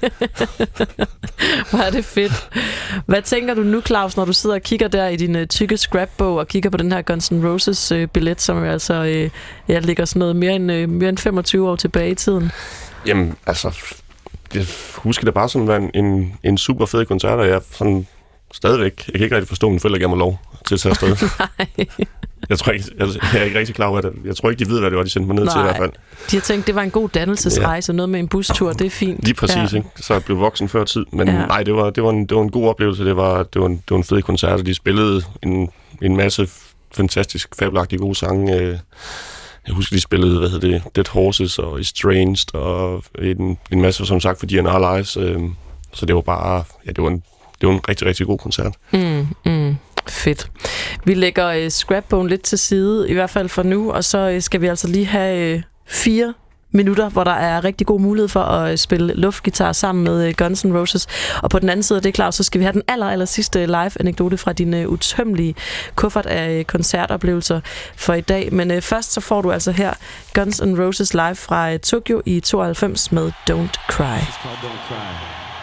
Hvor er det fedt. Hvad tænker du nu, Claus, når du sidder og kigger der i din uh, tykke scrapbog og kigger på den her Guns N' Roses uh, billet, som altså uh, ja, ligger sådan noget mere end, uh, mere end femogtyve år tilbage i tiden? Jamen, altså... Jeg husker det bare som en, en, en super fed koncert, og jeg sådan stadigvæk... Jeg kan ikke rigtig forstå, at mine forældre gav mig lov til at tage afsted. Nej. Jeg tror ikke, jeg, jeg er ikke rigtig klar over det. Jeg tror ikke, de ved, hvad det var, de sendte mig ned Nej, til i hvert fald. De har tænkt, det var en god dannelsesrejse, ja. Noget med en bustur, det er fint. Lige præcis, ja. Ikke? Så jeg blev voksen før tid. Men ja. nej, det var, det, var en, det var en god oplevelse. Det var, det var, en, det var en fed koncert, og de spillede en, en masse fantastisk, fabelagtige gode sange. Jeg husker, de spillede, hvad hedder det, Dead Horses og Estranged, og en, en masse, som sagt, for G N R Lies. Så det var bare, ja, det var en, det var en rigtig, rigtig god koncert. Mm, mm. Fedt. Vi lægger uh, scrapbogen lidt til side, i hvert fald for nu, og så uh, skal vi altså lige have uh, fire minutter, hvor der er rigtig god mulighed for at uh, spille luftgitar sammen med uh, Guns N' Roses. Og på den anden side af det, Claus, så skal vi have den aller, aller sidste live-anekdote fra din uh, utømmelige kuffert af uh, koncertoplevelser for i dag. Men uh, først så får du altså her Guns N' Roses live fra uh, Tokyo i tooghalvfems med Don't Cry. Don't Cry.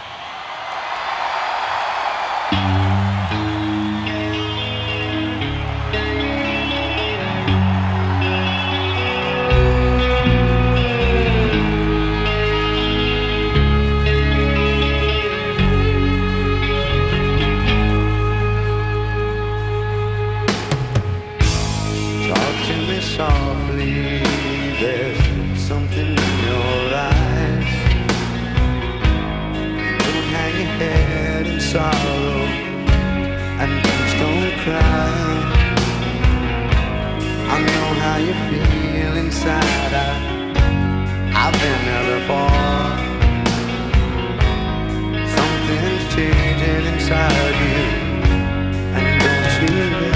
Softly, there's something in your eyes. Don't hang your head in sorrow, and please don't cry. I know how you feel inside. I, I've been there before. Something's changing inside you, and don't you know?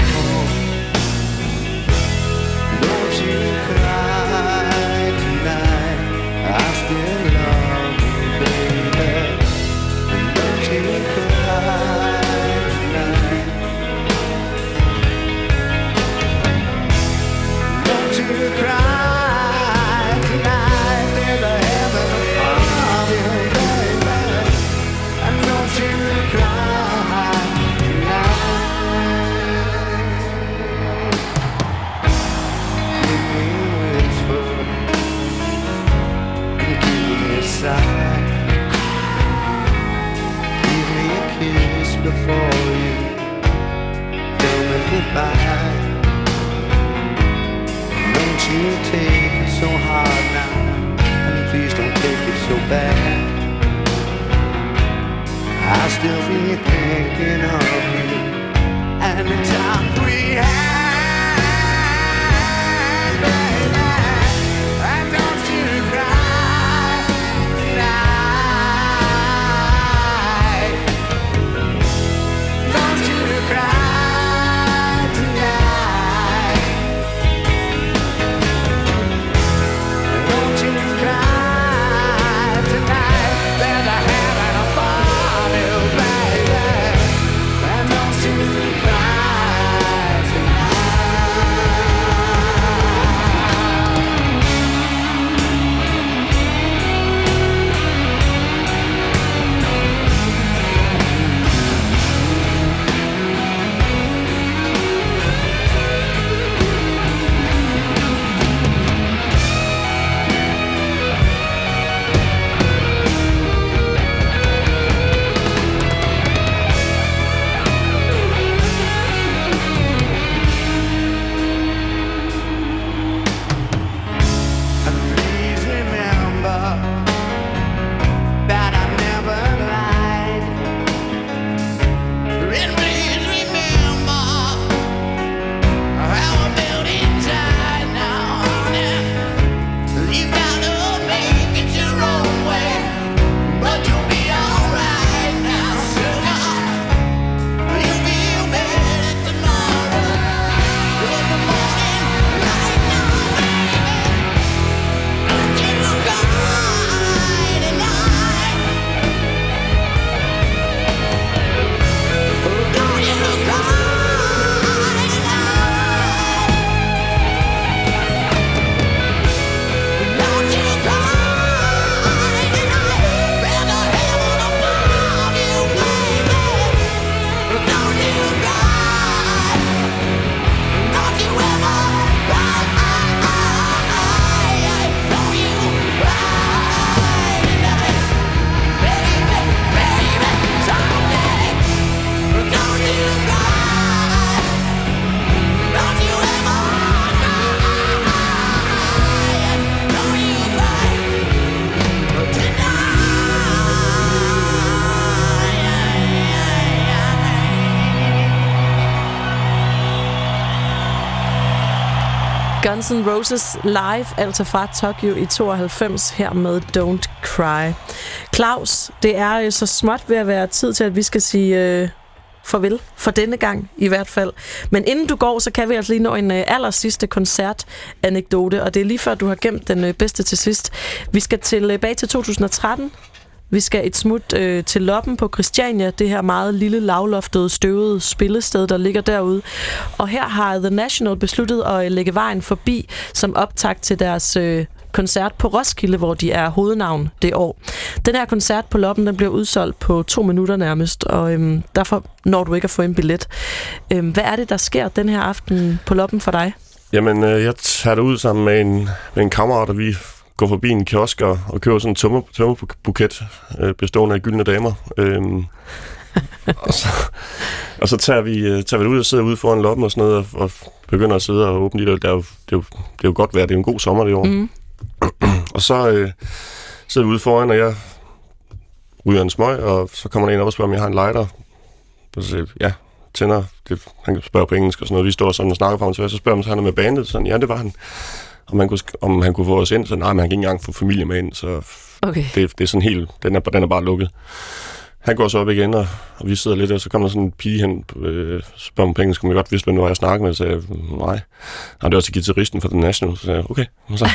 Don't you cry tonight, I still love you, baby. And don't you cry tonight. Don't you cry tonight, there's a heaven above. still be thinking of you and the time we had, baby. And don't you cry tonight. Don't you cry tonight. Don't you cry tonight. There's a heaven above you, baby. And don't you cry please remember that I never lied. And please remember how I felt inside now, honey. You gotta make it your own way, but you'll be alright now, sugar. You'll feel better tomorrow. Good morning, right now, baby. Don't you cry tonight. Don't you cry tonight. Don't you cry tonight. Better heaven above you, baby. Don't you cry. Don't you ever cry. Don't you cry tonight. Baby, baby, someday. Don't you cry. Don't you ever cry. Don't you cry tonight. Guns N' Roses live, altså fra Tokyo i tooghalvfems, her med Don't Cry. Claus, det er øh, så småt ved at være tid til, at vi skal sige øh, farvel, for denne gang i hvert fald. Men inden du går, så kan vi altså lige nå en øh, aller sidste koncertanekdote, og det er lige før, du har gemt den øh, bedste til sidst. Vi skal tilbage til to tusind og tretten. Vi skal et smut øh, til Loppen på Christiania, det her meget lille, lavloftede, støvede spillested, der ligger derude. Og her har The National besluttet at lægge vejen forbi som optakt til deres øh, koncert på Roskilde, hvor de er hovednavn det år. Den her koncert på Loppen, den bliver udsolgt på to minutter nærmest, og øhm, derfor når du ikke at få en billet. Øhm, hvad er det, der sker den her aften på Loppen for dig? Jamen, øh, jeg tager det ud sammen med en, med en kammerat, og vi går forbi en kiosk og, og køber sådan en tømmer, tømmerbuket øh, bestående af gyldne damer. Øhm, og, så, og så tager vi, øh, tager vi det ud og sidder ude foran Loppen og sådan noget, og, og begynder at sidde og åbne de der. Det er jo, det er jo, det er jo godt vejr, det er jo en god sommer det år. Mm. Og så øh, sidder vi ude foran, og jeg ryger en smøg, og så kommer der en op og spørger, om jeg har en lighter. Og så siger jeg, ja, tænder. Det, han spørger på engelsk og sådan noget. Vi står sådan og snakker på ham, så så spørger han, om han er med bandet. Sådan, ja, det var han. Om han kunne, om han kunne få os ind, så nej, men han kan ikke engang få familie med ind, så okay. det, det er sådan helt, den er, den er bare lukket. Han går så op igen, og, og vi sidder lidt, og så kommer der sådan en pige hen, øh, spørger om penge, så kunne man godt vidste, hvem det var, jeg snakkede med, så sagde jeg, nej. Nej, det er også guitaristen for The National, så sagde jeg, okay. Så.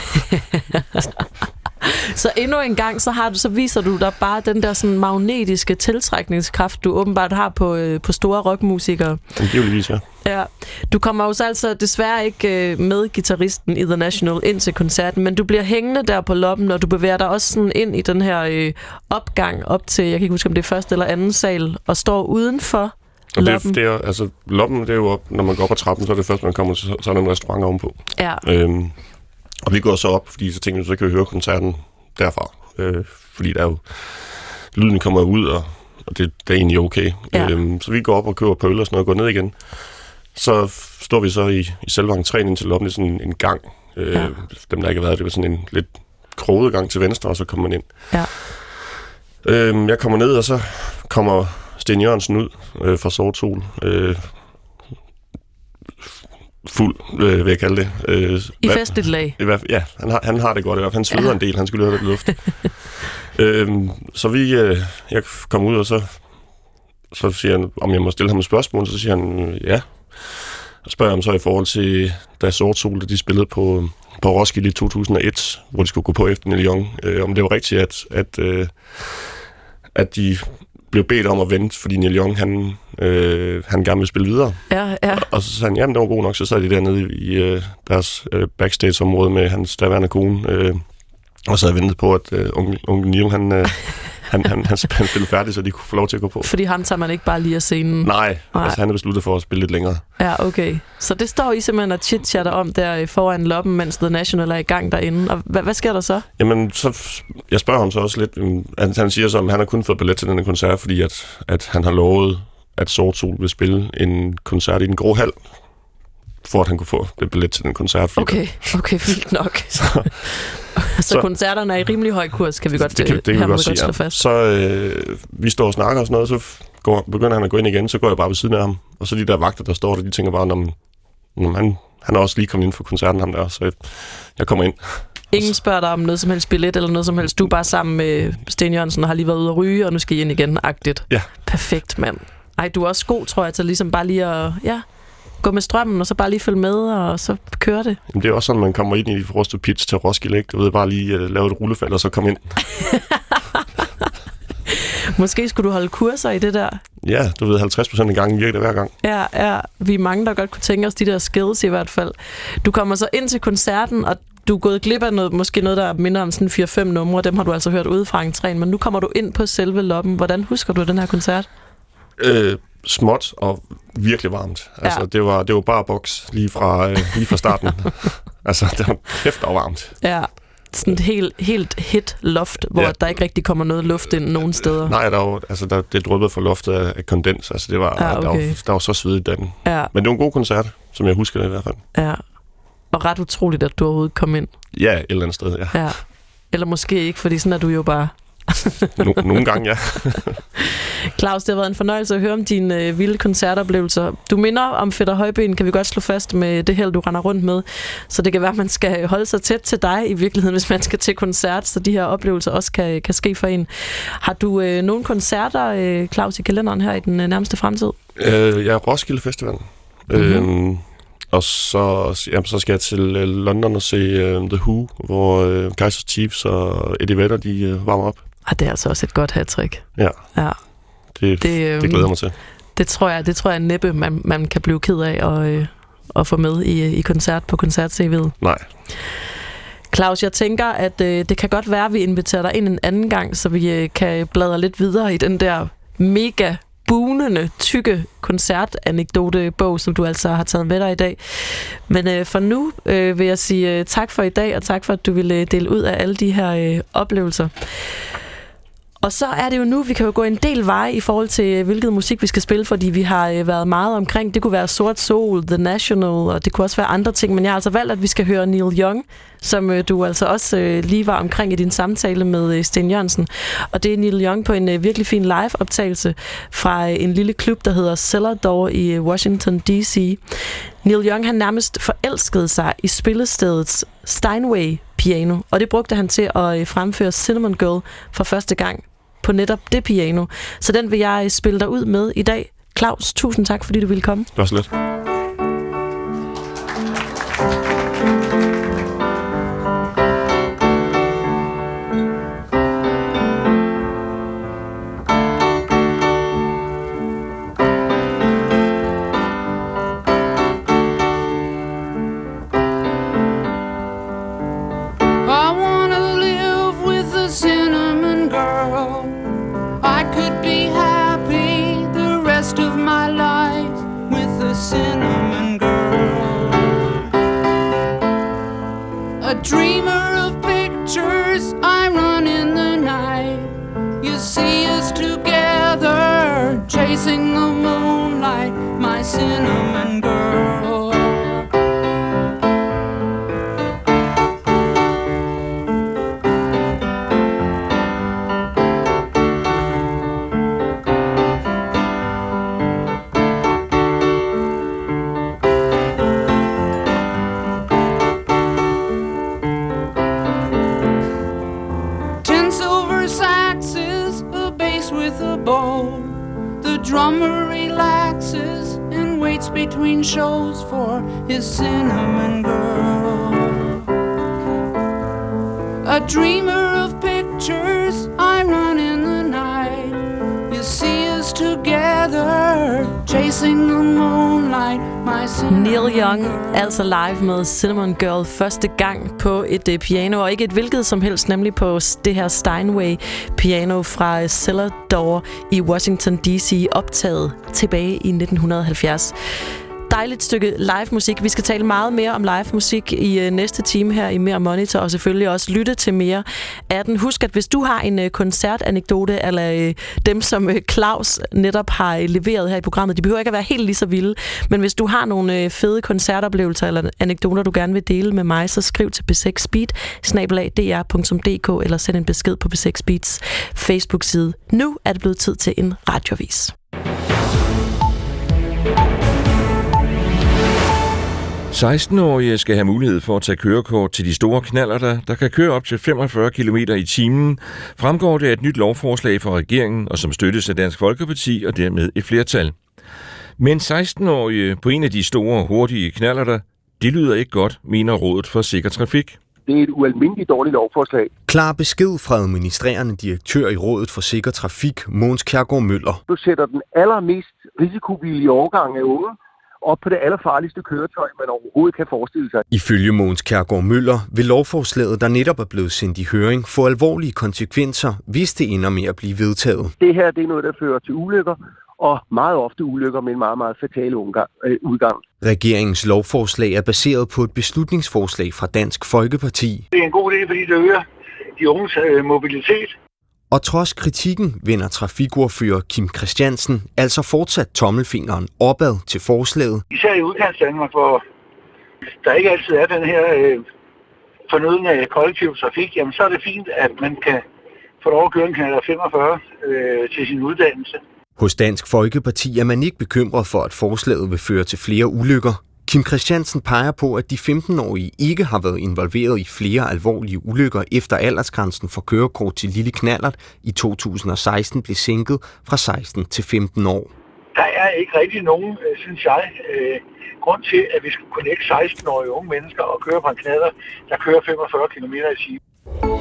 Så endnu en gang, så, har du, så viser du dig bare den der sådan magnetiske tiltrækningskraft, du åbenbart har på, øh, på store rockmusikere. Angiveligvis, ja. Ja. Du kommer jo så altså desværre ikke øh, med guitaristen i The National ind til koncerten, men du bliver hængende der på Loppen, og du bevæger dig også sådan ind i den her øh, opgang op til, jeg kan ikke huske, om det er første eller anden sal, og står udenfor og Loppen. Det er, det er, altså, Loppen, det er jo op, når man går op ad trappen, så er det først, man kommer til sådan en restaurant ovenpå. Ja. Øhm, og vi går så op, fordi så tænker vi, så kan vi høre koncerten derfra. Øh, fordi der er jo, lyden kommer ud, og, og det, det er egentlig okay. Ja. Øhm, så vi går op og køber på øl og sådan noget, og går ned igen. Så står vi så i, i selve entréen ind til Loppen, det er sådan en gang. Øh, ja. Dem, der ikke har været, det var sådan en lidt kroget gang til venstre, og så kommer man ind. Ja. Øhm, jeg kommer ned, og så kommer Sten Jørgensen ud øh, fra Sort Sol. Øh, fuld, øh, vil jeg kalde det. Øh, I festligt lag? I hvert fald, ja, han har, han har det godt i hvert fald. Han sveder ja. en del, han skulle løbe lidt luft. øhm, så vi, øh, jeg kom ud, og så, så siger han, om jeg må stille ham et spørgsmål, så siger han, øh, ja. Og spørger ham så i forhold til, da Sort Sol, de spillede på, på Roskilde i to tusind og et, hvor de skulle gå på efter Neil Young, øh, om det var rigtigt, at, at, øh, at de blev bedt om at vente, fordi Neil Young, han, øh, han gerne ville spille videre. Ja, ja. Og, og så sagde han, jamen det var god nok, så sad de dernede i øh, deres øh, backstage-område med hans daværende kone, øh, og så havde ventet på, at øh, onkel, onkel Neil, han, øh, han, han, han spillede færdig, så de kunne få lov til at gå på. Fordi ham tager man ikke bare lige af scenen? Nej, Nej. Altså han er besluttet for at spille lidt længere. Ja, okay. Så det står I simpelthen og chit-chatter om der foran loppen, mens The National er i gang derinde. Og hvad, hvad sker der så? Jamen, så, jeg spørger ham så også lidt. Han, han siger så, at han har kun fået billet til denne koncert, fordi at, at han har lovet, at Sort Sol vil spille en koncert i den grå hal, for at han kunne få det billet til den koncert. Okay, okay, fint nok. så, så, så koncerterne er i rimelig høj kurs, kan vi godt, det kan, det kan vi godt, godt slå fast. Så øh, vi står og snakker og sådan noget, så går, begynder han at gå ind igen, så går jeg bare ved siden af ham. Og så de der vagter, der står der, de tænker bare, når, når han, han er også lige kommet ind for koncerten, ham der, så jeg, jeg kommer ind. Ingen spørger dig om noget som helst billet eller noget som helst. Du er bare sammen med Sten Jørgensen og har lige været ude at ryge, og nu skal I ind igen, agtigt. Ja. Perfekt, mand. Ej, du er også god, tror jeg, til ligesom bare lige at... Ja, gå med strømmen, og så bare lige følge med, og så køre det. Jamen, det er også sådan, man kommer ind i de frostede pits til Roskilde, ikke? Du ved, bare lige uh, lave et rullefald, og så komme ind. Måske skulle du holde kurser i det der. Ja, du ved, halvtreds procent af gangen virker det hver gang. Ja, ja, vi er mange, der godt kunne tænke os de der skills i hvert fald. Du kommer så ind til koncerten, og du er gået glip af noget, måske noget, der minder om sådan fire fem numre. Dem har du altså hørt ude fra entréen, men nu kommer du ind på selve loppen. Hvordan husker du den her koncert? Øh, småt og virkelig varmt. Altså, ja. det var det var bare boks lige fra øh, lige fra starten. altså, det var kæft og varmt. Ja. Sådan et helt, helt hit loft, hvor ja. der ikke rigtig kommer noget luft ind nogen steder. Nej, der var, altså, der, det dryppede for loftet af, af kondens. Altså, det var, ja, okay. der, var, der var så svedigt den. Ja. Men det var en god koncert, som jeg husker det i hvert fald. Ja. Og ret utroligt, at du overhovedet kom ind. Ja, et eller andet sted, ja. ja. Eller måske ikke, fordi sådan er du jo bare. no, nogle gange, ja. Claus, det har været en fornøjelse at høre om dine øh, vilde koncertoplevelser. Du minder om Fætter Højben, kan vi godt slå fast med det held, du render rundt med. Så det kan være, at man skal holde sig tæt til dig i virkeligheden, hvis man skal til koncert, så de her oplevelser også kan, kan ske for en. Har du øh, nogle koncerter, øh, Claus, i kalenderen her i den øh, nærmeste fremtid? Øh, ja, Roskilde Festival. Mm-hmm. Øhm, og så, jamen, så skal jeg til øh, London og se uh, The Who, hvor øh, Kaiser Chiefs og Eddie Vedder, de øh, varmer op. Og det er altså også et godt hat-trick. Ja. Ja. Det, det, øh, det glæder mig til. Det tror jeg, det tror jeg næppe, man, man kan blive ked af at, øh, at få med i, i koncert på koncert-C V'et. Nej. Claus, jeg tænker, at øh, det kan godt være, at vi inviterer dig ind en anden gang, så vi øh, kan bladre lidt videre i den der mega bunende, tykke koncertanekdotebog, som du altså har taget med dig i dag. Men øh, for nu øh, vil jeg sige øh, tak for i dag, og tak for, at du ville dele ud af alle de her øh, oplevelser. Og så er det jo nu, vi kan jo gå en del veje i forhold til, hvilket musik vi skal spille, fordi vi har øh, været meget omkring. Det kunne være Sort Sol, The National, og det kunne også være andre ting, men jeg har altså valgt, at vi skal høre Neil Young, som øh, du altså også øh, lige var omkring i din samtale med øh, Sten Jørgensen. Og det er Neil Young på en øh, virkelig fin live-optagelse fra øh, en lille klub, der hedder Cellar Door i øh, Washington D C. Neil Young, han nærmest forelskede sig i spillestedets Steinway-piano, og det brugte han til at øh, fremføre Cinnamon Girl for første gang på netop det piano. Så den vil jeg spille dig ud med i dag. Claus, tusind tak, fordi du ville komme. Det var så lidt. cold. The drummer relaxes and waits between shows for his cinnamon girl. A dreamer of pictures, I run in the night. You see us together, chasing the moonlight. My Neil Young, altså live med Cinnamon Girl, første gang på et uh, piano, og ikke et hvilket som helst, nemlig på det her Steinway piano fra Cellar Door i Washington D C, optaget tilbage i nitten halvfjerds. Dejligt stykke live musik. Vi skal tale meget mere om live musik i uh, næste time her i Mere Monitor, og selvfølgelig også lytte til mere af den. Husk, at hvis du har en uh, koncertanekdote, eller uh, dem, som uh, Claus netop har uh, leveret her i programmet, de behøver ikke at være helt lige så vilde, men hvis du har nogle uh, fede koncertoplevelser eller anekdoter, du gerne vil dele med mig, så skriv til b seks beat snabel-a d r punktum d k eller send en besked på B seks Beats Facebook-side. Nu er det blevet tid til en radioavis. seksten-årige skal have mulighed for at tage kørekort til de store knallerter, der kan køre op til femogfyrre kilometer i timen, fremgår det af et nyt lovforslag fra regeringen, og som støttes af Dansk Folkeparti og dermed et flertal. Men seksten-årige på en af de store, hurtige knallerter, det lyder ikke godt, mener Rådet for Sikker Trafik. Det er et ualmindeligt dårligt lovforslag. Klar besked fra administrerende direktør i Rådet for Sikker Trafik, Mogens Kjærgaard Møller. Du sætter den allermest risikovillige årgang af unge op på det allerfarligste køretøj, man overhovedet kan forestille sig. Ifølge Mogens Kjærgaard Møller vil lovforslaget, der netop er blevet sendt i høring, få alvorlige konsekvenser, hvis det ender med at blive vedtaget. Det her det er noget, der fører til ulykker, og meget ofte ulykker med en meget, meget fatal udgang. Regeringens lovforslag er baseret på et beslutningsforslag fra Dansk Folkeparti. Det er en god idé, fordi det øger de unges mobilitet. Og trods kritikken vender trafikordfører Kim Christiansen altså fortsat tommelfingeren opad til forslaget. Især i udkantsdanmark, hvor der ikke altid er den her øh, fornødne kollektiv trafik, jamen så er det fint, at man kan få lov at køre en knallert femogfyrre øh, til sin uddannelse. Hos Dansk Folkeparti er man ikke bekymret for, at forslaget vil føre til flere ulykker. Kim Christiansen peger på, at de femten-årige ikke har været involveret i flere alvorlige ulykker, efter aldersgrænsen for kørekort til lille knallert i to tusind og seksten blev sænket fra seksten til femten år. Der er ikke rigtig nogen, synes jeg, øh, grund til, at vi skulle kunne lægge seksten-årige unge mennesker og køre på en knallert, der kører femogfyrre kilometer i timen.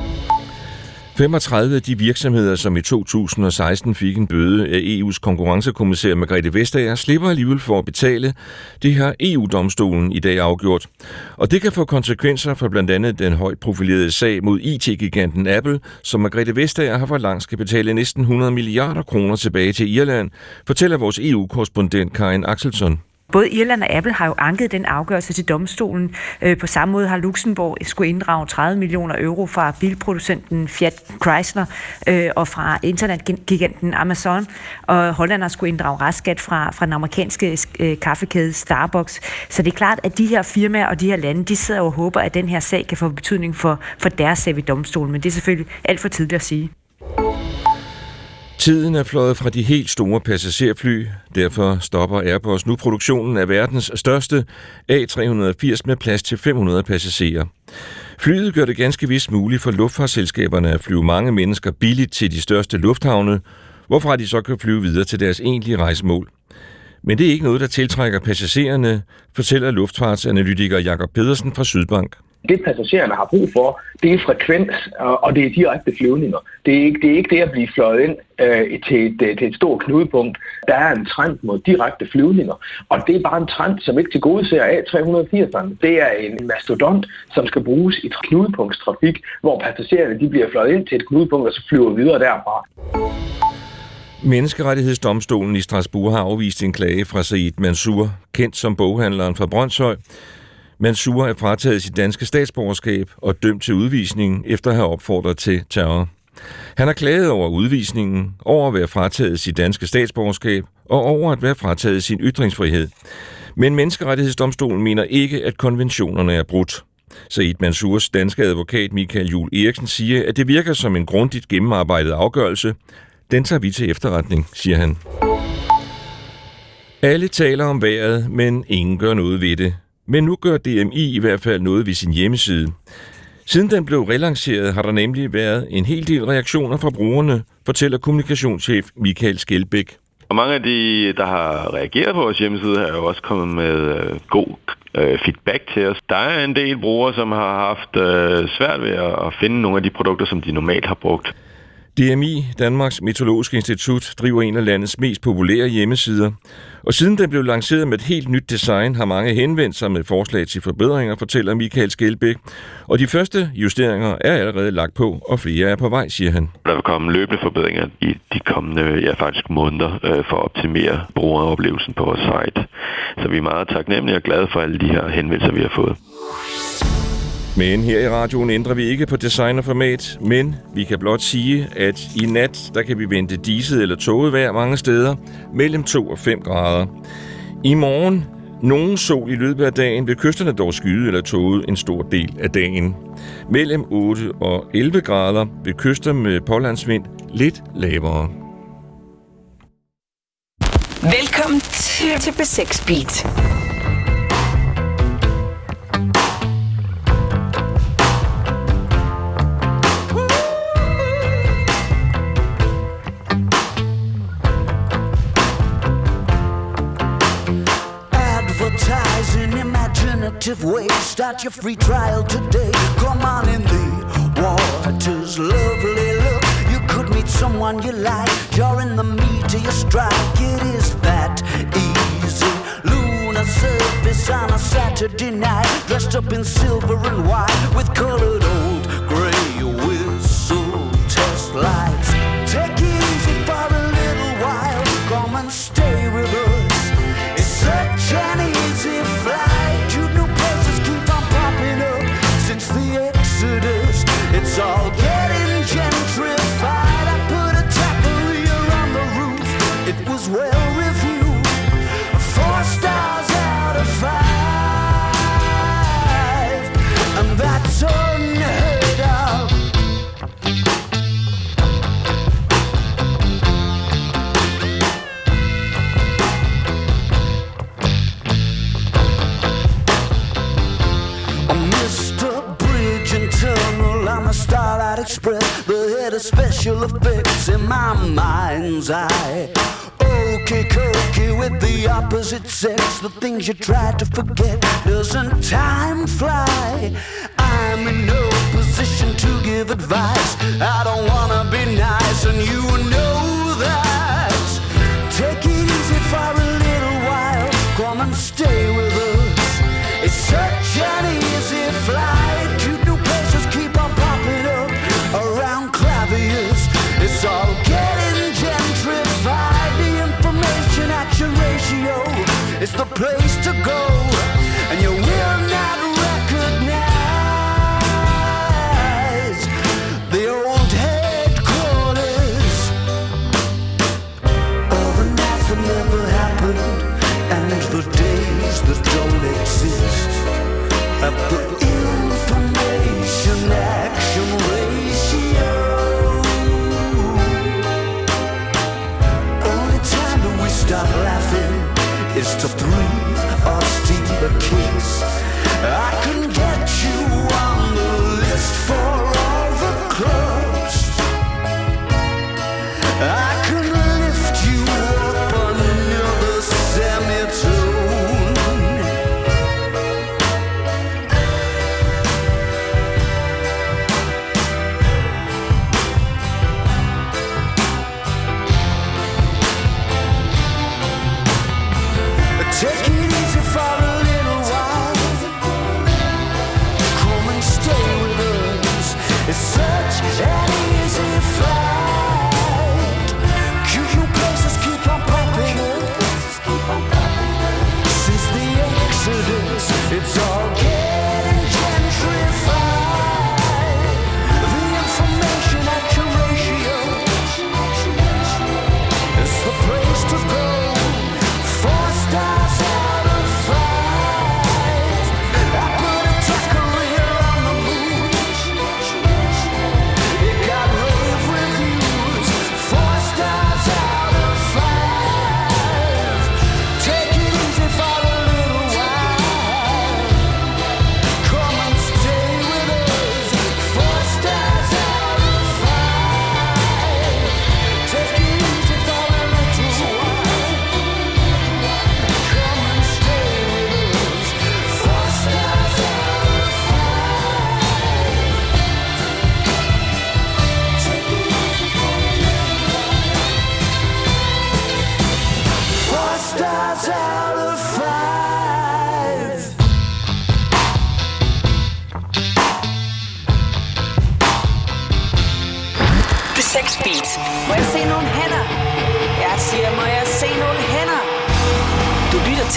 femogtredive af de virksomheder, som i to tusind og seksten fik en bøde af E U's konkurrencekommissær Margrethe Vestager, slipper alligevel for at betale. Det har E U-domstolen i dag afgjort. Og det kan få konsekvenser for blandt andet den højt profilerede sag mod I T-giganten Apple, som Margrethe Vestager har forlangt skal betale næsten hundrede milliarder kroner tilbage til Irland, fortæller vores E U-korrespondent Karin Axelsson. Både Irland og Apple har jo anket den afgørelse til domstolen. På samme måde har Luxembourg skulle inddrage tredive millioner euro fra bilproducenten Fiat Chrysler og fra internetgiganten Amazon. Og Holland skulle inddrage restskat fra, fra den amerikanske kaffekæde Starbucks. Så det er klart, at de her firmaer og de her lande, de sidder og håber, at den her sag kan få betydning for, for deres sag ved domstolen. Men det er selvfølgelig alt for tidligt at sige. Tiden er fløjet fra de helt store passagerfly. Derfor stopper Airbus nu produktionen af verdens største A tre hundrede og firs med plads til fem hundrede passagerer. Flyet gør det ganske vist muligt for luftfartsselskaberne at flyve mange mennesker billigt til de største lufthavne, hvorfra de så kan flyve videre til deres egentlige rejsemål. Men det er ikke noget, der tiltrækker passagererne, fortæller luftfartsanalytiker Jakob Pedersen fra Sydbank. Det passagererne har brug for, det er frekvens, og det er direkte flyvninger. Det er ikke det, er ikke det at blive fløjet ind øh, til, et, til et stort knudepunkt. Der er en trend mod direkte flyvninger, og det er bare en trend, som ikke tilgodeser A tre hundrede og firserne. Det er en mastodont, som skal bruges i knudepunktstrafik, hvor passagererne de bliver fløjet ind til et knudepunkt, og så flyver videre derfra. Menneskerettighedsdomstolen i Strasbourg har afvist en klage fra Said Mansour, kendt som boghandleren fra Brønshøj. Mansour er frataget sit danske statsborgerskab og dømt til udvisning efter at have opfordret til terror. Han har klaget over udvisningen, over at være frataget sit danske statsborgerskab og over at være frataget sin ytringsfrihed. Men Menneskerettighedsdomstolen mener ikke, at konventionerne er brudt. Said Mansours danske advokat Michael Juhl Eriksen siger, at det virker som en grundigt gennemarbejdet afgørelse. Den tager vi til efterretning, siger han. Alle taler om vejret, men ingen gør noget ved det. Men nu gør D M I i hvert fald noget ved sin hjemmeside. Siden den blev relanceret, har der nemlig været en hel del reaktioner fra brugerne, fortæller kommunikationschef Michael Skelbæk. Og mange af de, der har reageret på vores hjemmeside, er jo også kommet med øh, god øh, feedback til os. Der er en del brugere, som har haft øh, svært ved at, at finde nogle af de produkter, som de normalt har brugt. D M I, Danmarks Meteorologiske Institut, driver en af landets mest populære hjemmesider. Og siden den blev lanceret med et helt nyt design, har mange henvendt sig med forslag til forbedringer, fortæller Michael Skelbæk. Og de første justeringer er allerede lagt på, og flere er på vej, siger han. Der vil komme løbende forbedringer i de kommende ja, faktisk måneder øh, for at optimere brugeroplevelsen på vores site. Så vi er meget taknemmelige og glade for alle de her henvendelser, vi har fået. Men her i radioen ændrer vi ikke på design og format, men vi kan blot sige, at i nat, der kan vi vente diset eller tåget vejr mange steder, mellem to og fem grader. I morgen, nogen sol i løbet af dagen, vil kysterne dog skyde eller tåget en stor del af dagen. Mellem otte og elleve grader vil kyster med pålandsvind lidt lavere. Velkommen til, til B seks Beat. Way. Start your free trial today. Come on in the water's lovely look. You could meet someone you like. You're in the meat of your strike. It is that easy. Lunar surface on a Saturday night. Dressed up in silver and white with colored old gray whistle test lights. Take it easy for a little while. Come and stay with us. It's such an easy flight. The Exodus, it's all getting gentrified. I put a taqueria on the roof. It was well reviewed. Four stars out of five, and that's unheard of. I'm a Starlight Express, the head of special effects in my mind's eye. Okay, cokey with the opposite sex, the things you try to forget. Doesn't time fly? I'm in no position to give advice. I don't wanna be nice, and you know that. Take it easy for a little while. Come and stay with us. It's such an easy flight. Cute new places keep on popping up around Clavius. It's all getting gentrified. The information action ratio is the place to go, and you will not recognize the old headquarters. All the nights that never happened, and the days that don't exist. At the information action ratio, only time that we stop laughing is to breathe or steal a kiss. I can get you on the list for all the clubs. I can lift you up another semitone. Take it easy for a little while.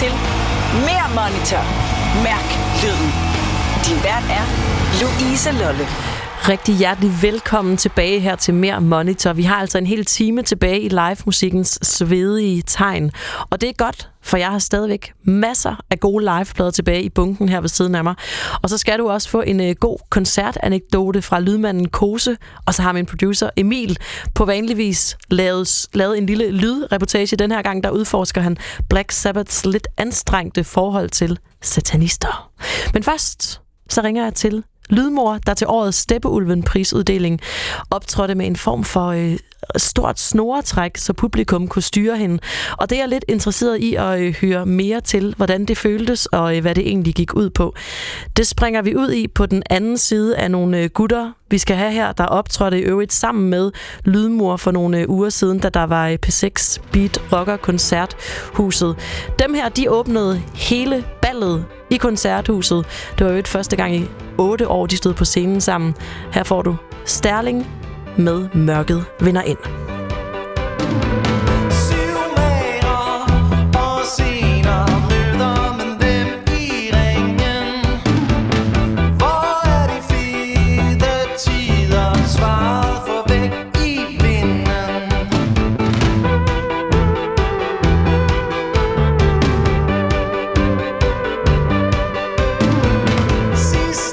til Mere Monitor. Mærk lyden. Din vært er Louise Lolle. Rigtig hjertelig velkommen tilbage her til Mere Monitor. Vi har altså en hel time tilbage i live-musikkens svedige tegn. Og det er godt, for jeg har stadigvæk masser af gode liveplader tilbage i bunken her ved siden af mig. Og så skal du også få en uh, god koncertanekdote fra lydmanden Kose. Og så har min producer Emil på vanligvis lavet, lavet en lille lydreportage. Den her gang, der udforsker han Black Sabbaths lidt anstrengte forhold til satanister. Men først, så ringer jeg til Lydmor, der til årets Steppeulven-prisuddeling optrådte med en form for øh, stort snoretræk, så publikum kunne styre hende. Og det er jeg lidt interesseret i at øh, høre mere til, hvordan det føltes og øh, hvad det egentlig gik ud på. Det springer vi ud i på den anden side af nogle øh, gutter, vi skal have her, der optrådte i øvrigt sammen med Lydmor for nogle øh, uger siden, da der var øh, P seks Beat Rocker Koncerthuset. Dem her, de åbnede hele ballet i Koncerthuset. Det var jo et første gang i otte år, de stod på scenen sammen. Her får du Sterling med Mørket vinder ind.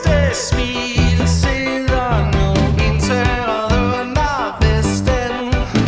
Smil sidder nu indtørret under vesten.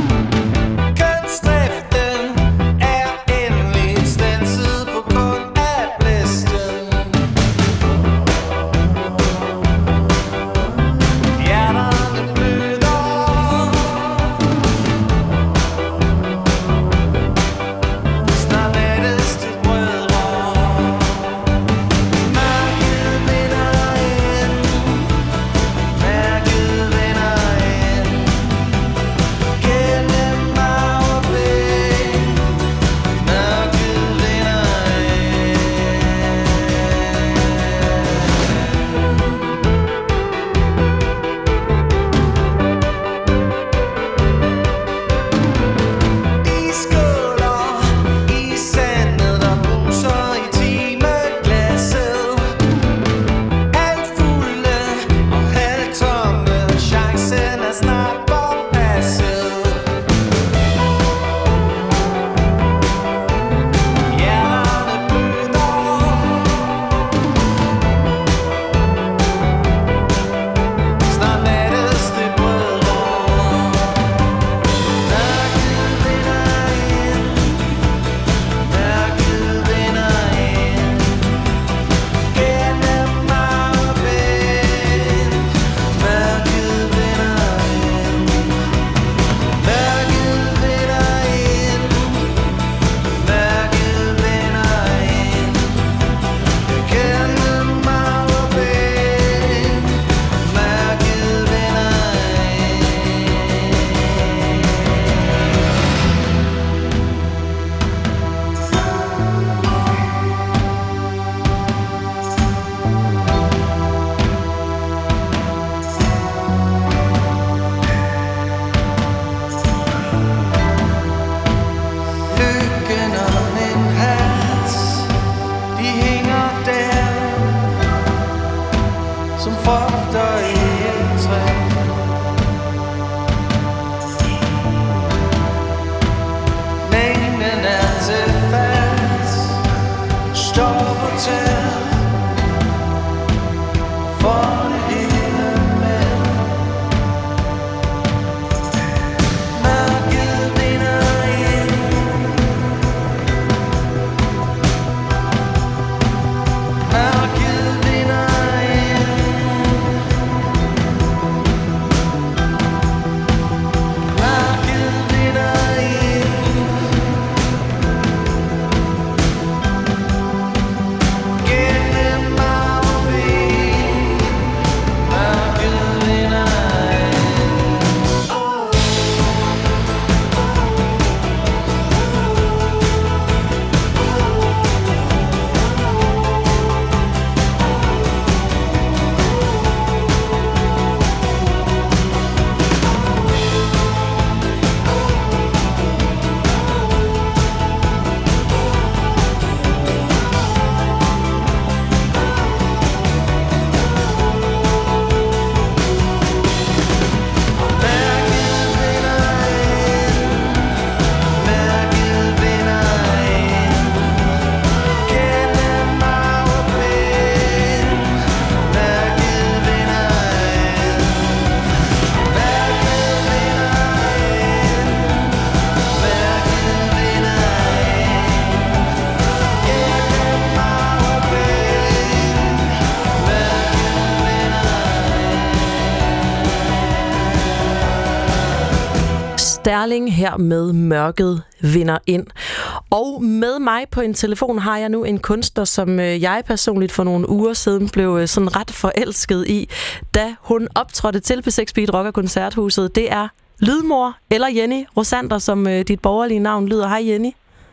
Sterling her med Mørket vinder ind. Og med mig på en telefon har jeg nu en kunstner, som jeg personligt for nogle uger siden blev sådan ret forelsket i, da hun optrådte til P seks Beat Rock- og Koncerthuset. Det er Lydmor, eller Jenny Rosander, som dit borgerlige navn lyder. Hej Jenny.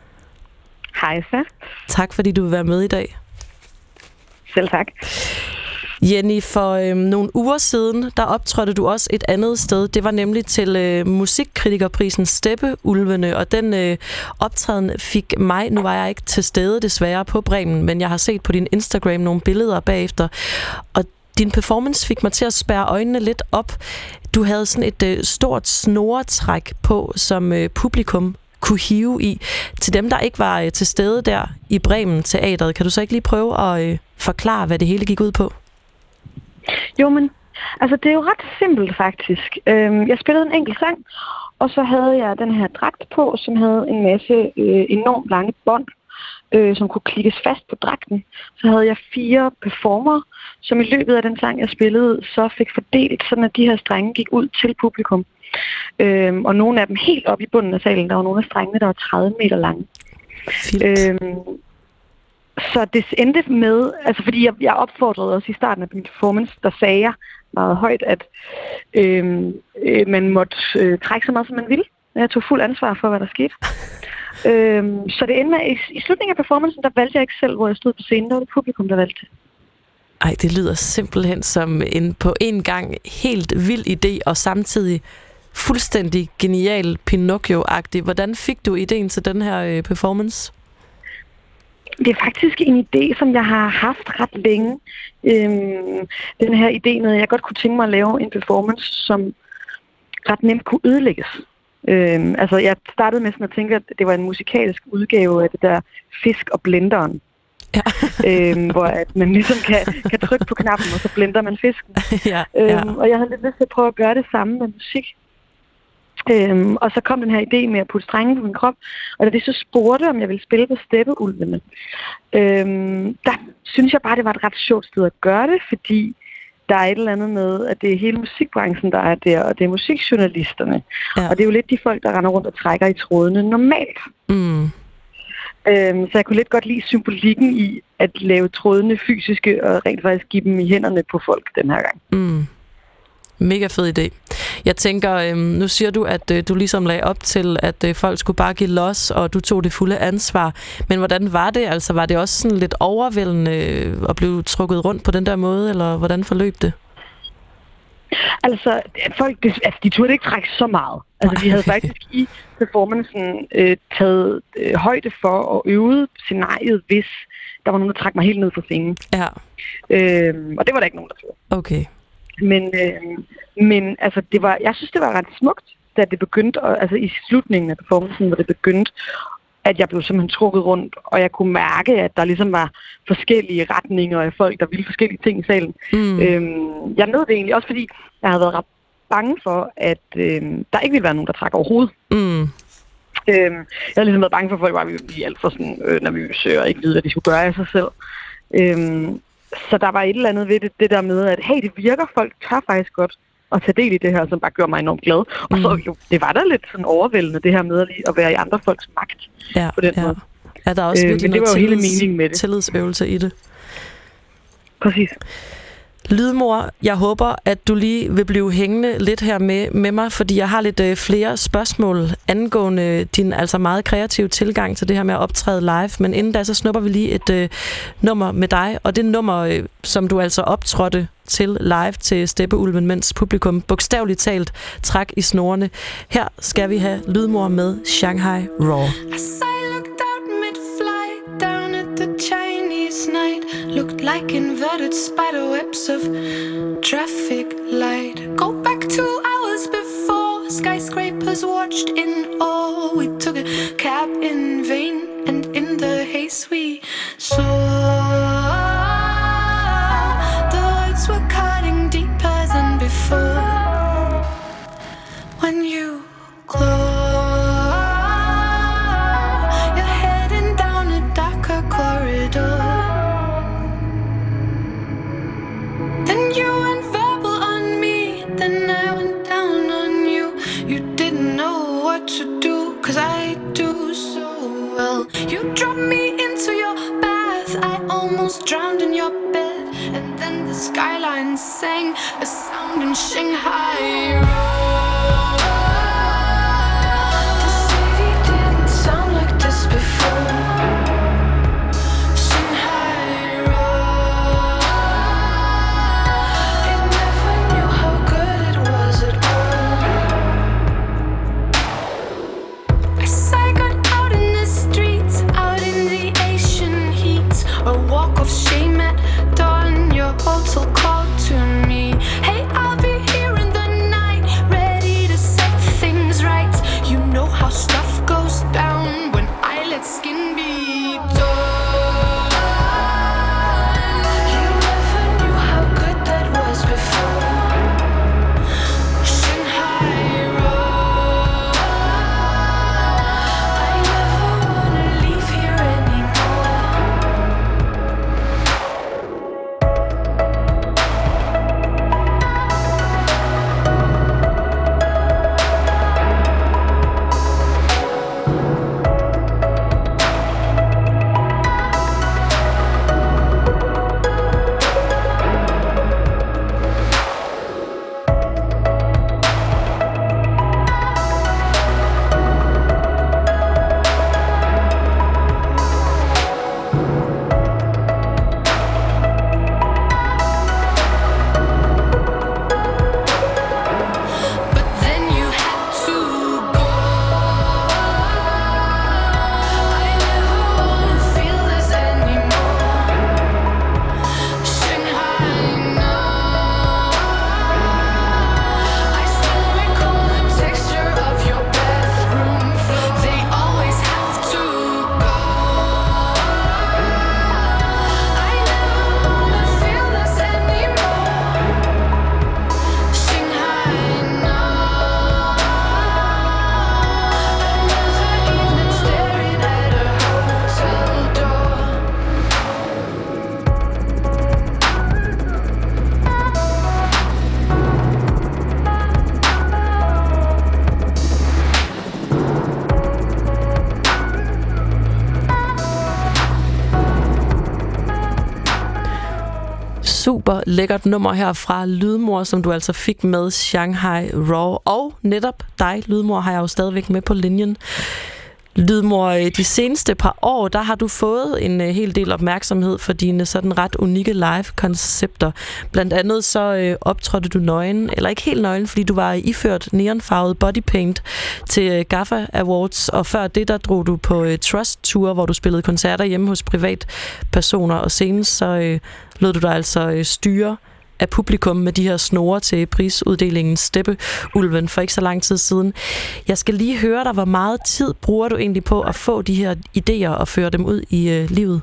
Hej så. Tak fordi du vil være med i dag. Selv tak. Jenny, for øh, nogle uger siden, der optrådte du også et andet sted. Det var nemlig til øh, musikkritikerprisen Steppeulvene, og den øh, optræden fik mig, nu var jeg ikke til stede desværre på Bremen, men jeg har set på din Instagram nogle billeder bagefter, og din performance fik mig til at spærre øjnene lidt op. Du havde sådan et øh, stort snoretræk på, som øh, publikum kunne hive i. Til dem, der ikke var øh, til stede der i Bremen Teatret, kan du så ikke lige prøve at øh, forklare, hvad det hele gik ud på? Jo, men altså, det er jo ret simpelt faktisk. Øhm, jeg spillede en enkelt sang, og så havde jeg den her dragt på, som havde en masse øh, enormt lange bånd, øh, som kunne klikkes fast på dragten. Så havde jeg fire performer, som i løbet af den sang, jeg spillede, så fik fordelt, sådan at de her strenge gik ud til publikum. Øhm, og nogle af dem helt op i bunden af salen. Der var nogle af strengene, der var tredive meter lange. Øhm, så det endte med, altså fordi jeg, jeg opfordrede også i starten af min performance, der sagde jeg meget højt, at øhm, øh, man måtte øh, trække så meget, som man ville. Jeg tog fuld ansvar for, hvad der skete. øhm, så det endte med, i, i slutningen af performancen, der valgte jeg ikke selv, hvor jeg stod på scenen. Der var det publikum, der valgte. Ej, det lyder simpelthen som en på en gang helt vild idé, og samtidig fuldstændig genial Pinocchio-agtig. Hvordan fik du ideen til den her øh, performance? Det er faktisk en idé, som jeg har haft ret længe. Øhm, den her idé med, at jeg godt kunne tænke mig at lave en performance, som ret nemt kunne ødelægges. Øhm, altså, jeg startede med sådan at tænke, at det var en musikalsk udgave af det der Fisk og Blenderen. Ja. øhm, hvor at man ligesom kan, kan trykke på knappen, og så blender man fisken. Ja, ja. Øhm, og jeg havde lidt lyst til at prøve at gøre det samme med musik. Øhm, og så kom den her idé med at putte strenge på min krop, og da det så spurgte, om jeg ville spille på Steppeulvene, øhm, der synes jeg bare, det var et ret sjovt sted at gøre det, fordi der er et eller andet med, at det er hele musikbranchen, der er der, og det er musikjournalisterne. Ja. Og det er jo lidt de folk, der render rundt og trækker i trådene normalt. Mm. Øhm, så jeg kunne lidt godt lide symbolikken i at lave trådene fysiske, og rent faktisk give dem i hænderne på folk den her gang. Mm. Mega fed idé. Jeg tænker, øhm, nu siger du, at øh, du ligesom lagde op til, at øh, folk skulle bare give los, og du tog det fulde ansvar. Men hvordan var det? Altså, var det også sådan lidt overvældende øh, at blive trukket rundt på den der måde, eller hvordan forløb det? Altså, folk, de, altså, de turde ikke trække så meget. Altså, vi havde faktisk i performancen øh, taget øh, højde for og øvet scenariet, hvis der var nogen, der trak mig helt ned på scenen. Ja. Øhm, og det var der ikke nogen, der tog. Okay. Men, øh, men altså, det var, jeg synes, det var ret smukt, da det begyndte, og, altså i slutningen af performancen, hvor det begyndte, at jeg blev simpelthen trukket rundt, og jeg kunne mærke, at der ligesom var forskellige retninger af folk, der ville forskellige ting i salen. Mm. Øhm, jeg nød det egentlig også, fordi jeg havde været ret bange for, at øh, der ikke ville være nogen, der trak overhovedet. Mm. Øhm, jeg havde ligesom været bange for, at folk bare ville blive alt for sådan, øh, nervøse og ikke vide, hvad de skulle gøre af sig selv. Øhm, så der var et eller andet ved det, det der med, at hey, det virker, folk tør faktisk godt at tage del i det her, som bare gør mig enormt glad. Og mm. så jo, det var da lidt sådan overvældende, det her med at være i andre folks magt ja, på den ja. måde. Ja, der er også virkelig øh, det noget var jo tillids, hele meningen med det. tillidsøvelse i det. Præcis. Lydmor, jeg håber, at du lige vil blive hængende lidt her med, med mig, fordi jeg har lidt øh, flere spørgsmål angående din altså meget kreative tilgang til det her med at optræde live. Men inden da, så snupper vi lige et øh, nummer med dig, og det nummer, øh, som du altså optrådte til live til Steppeulven, mens publikum bogstaveligt talt trak i snorene. Her skal vi have Lydmor med Shanghai Raw. Looked like inverted spider webs of traffic light. Go back two hours before skyscrapers watched in awe. We took a cab in vain, and in the haze we saw the words were cutting deeper than before. When you close you're heading down a darker corridor. Then you went verbal on me, then I went down on you. You didn't know what do so well. You dropped me into your bath, I almost drowned in your bed, and then the skyline sang a sound in Shanghai. The city didn't sound like this before. Portal called to me. Hey, I'll be here in the night, ready to set things right. You know how stuff goes down when I let skin be done. You never knew how good that was before. Shanghai Road. I never wanna leave here anymore. Super lækkert nummer her fra Lydmor, som du altså fik med Shanghai Raw. Og netop dig, Lydmor, har jeg jo stadigvæk med på linjen. Lydmor, de seneste par år, der har du fået en hel del opmærksomhed for dine sådan ret unikke live-koncepter. Blandt andet så øh, optrådte du nøgen, eller ikke helt nøgen, fordi du var iført neonfarvet bodypaint til øh, Gaffa Awards, og før det, der drog du på øh, Trust Tour, hvor du spillede koncerter hjemme hos privatpersoner, og senest så øh, lod du dig altså øh, styre af publikum med de her snore til prisuddelingen Steppeulven for ikke så lang tid siden. Jeg skal lige høre dig, hvor meget tid bruger du egentlig på at få de her idéer og føre dem ud i øh, livet?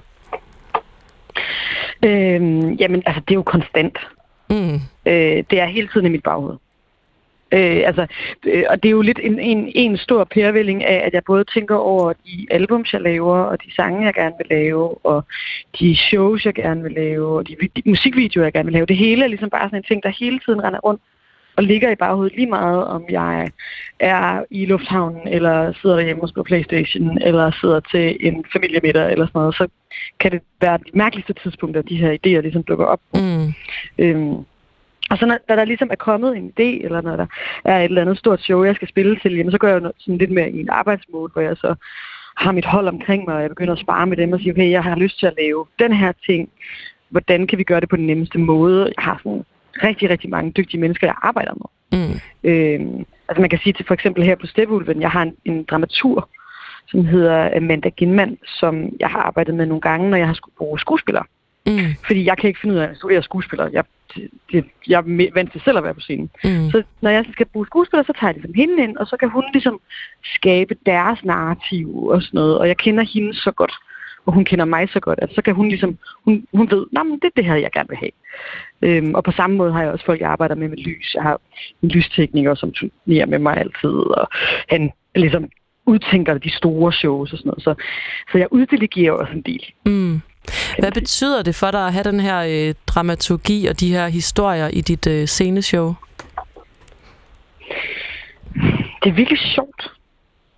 Øhm, jamen, altså, det er jo konstant. Mm. Øh, det er hele tiden i mit baghoved. Øh, altså, øh, og det er jo lidt en, en, en stor pærevælling af, at jeg både tænker over de albums, jeg laver, og de sange, jeg gerne vil lave, og de shows, jeg gerne vil lave, og de, de musikvideoer, jeg gerne vil lave. Det hele er ligesom bare sådan en ting, der hele tiden render rundt og ligger i baghovedet lige meget, om jeg er i lufthavnen, eller sidder derhjemme og spiller PlayStation, eller sidder til en familiemiddag, eller sådan noget. Så kan det være de mærkeligste tidspunkter, de her idéer ligesom dukker op. Mm. Øhm, Og så når der, der ligesom er kommet en idé, eller når der er et eller andet stort show, jeg skal spille til, jamen, så går jeg jo sådan lidt mere i en arbejdsmode, hvor jeg så har mit hold omkring mig, og jeg begynder at spare med dem og sige, okay, jeg har lyst til at lave den her ting. Hvordan kan vi gøre det på den nemmeste måde? Jeg har sådan rigtig, rigtig mange dygtige mennesker, jeg arbejder med. Mm. Øhm, altså man kan sige til for eksempel her på Steppeulven, jeg har en, en dramaturg, som hedder Amanda Ginman, som jeg har arbejdet med nogle gange, når jeg har skulle bruge skuespillere. Mm. Fordi jeg kan ikke finde ud af at studere skuespiller. Jeg, det, jeg er vant til selv at være på scenen. Mm. Så når jeg skal bruge skuespiller, så tager jeg ligesom hende ind, og så kan hun ligesom skabe deres narrativ og sådan noget. Og jeg kender hende så godt, og hun kender mig så godt, at så kan hun ligesom, hun, hun ved, nej, men det er det her, jeg gerne vil have. Øhm, og på samme måde har jeg også folk, jeg arbejder med med lys. Jeg har en lystekniker, som turnerer med mig altid, og han ligesom udtænker de store shows og sådan noget. Så, så jeg uddelegerer også en del. Mm. Hvad betyder det for dig at have den her øh, dramaturgi og de her historier i dit øh, sceneshow? Det er virkelig sjovt.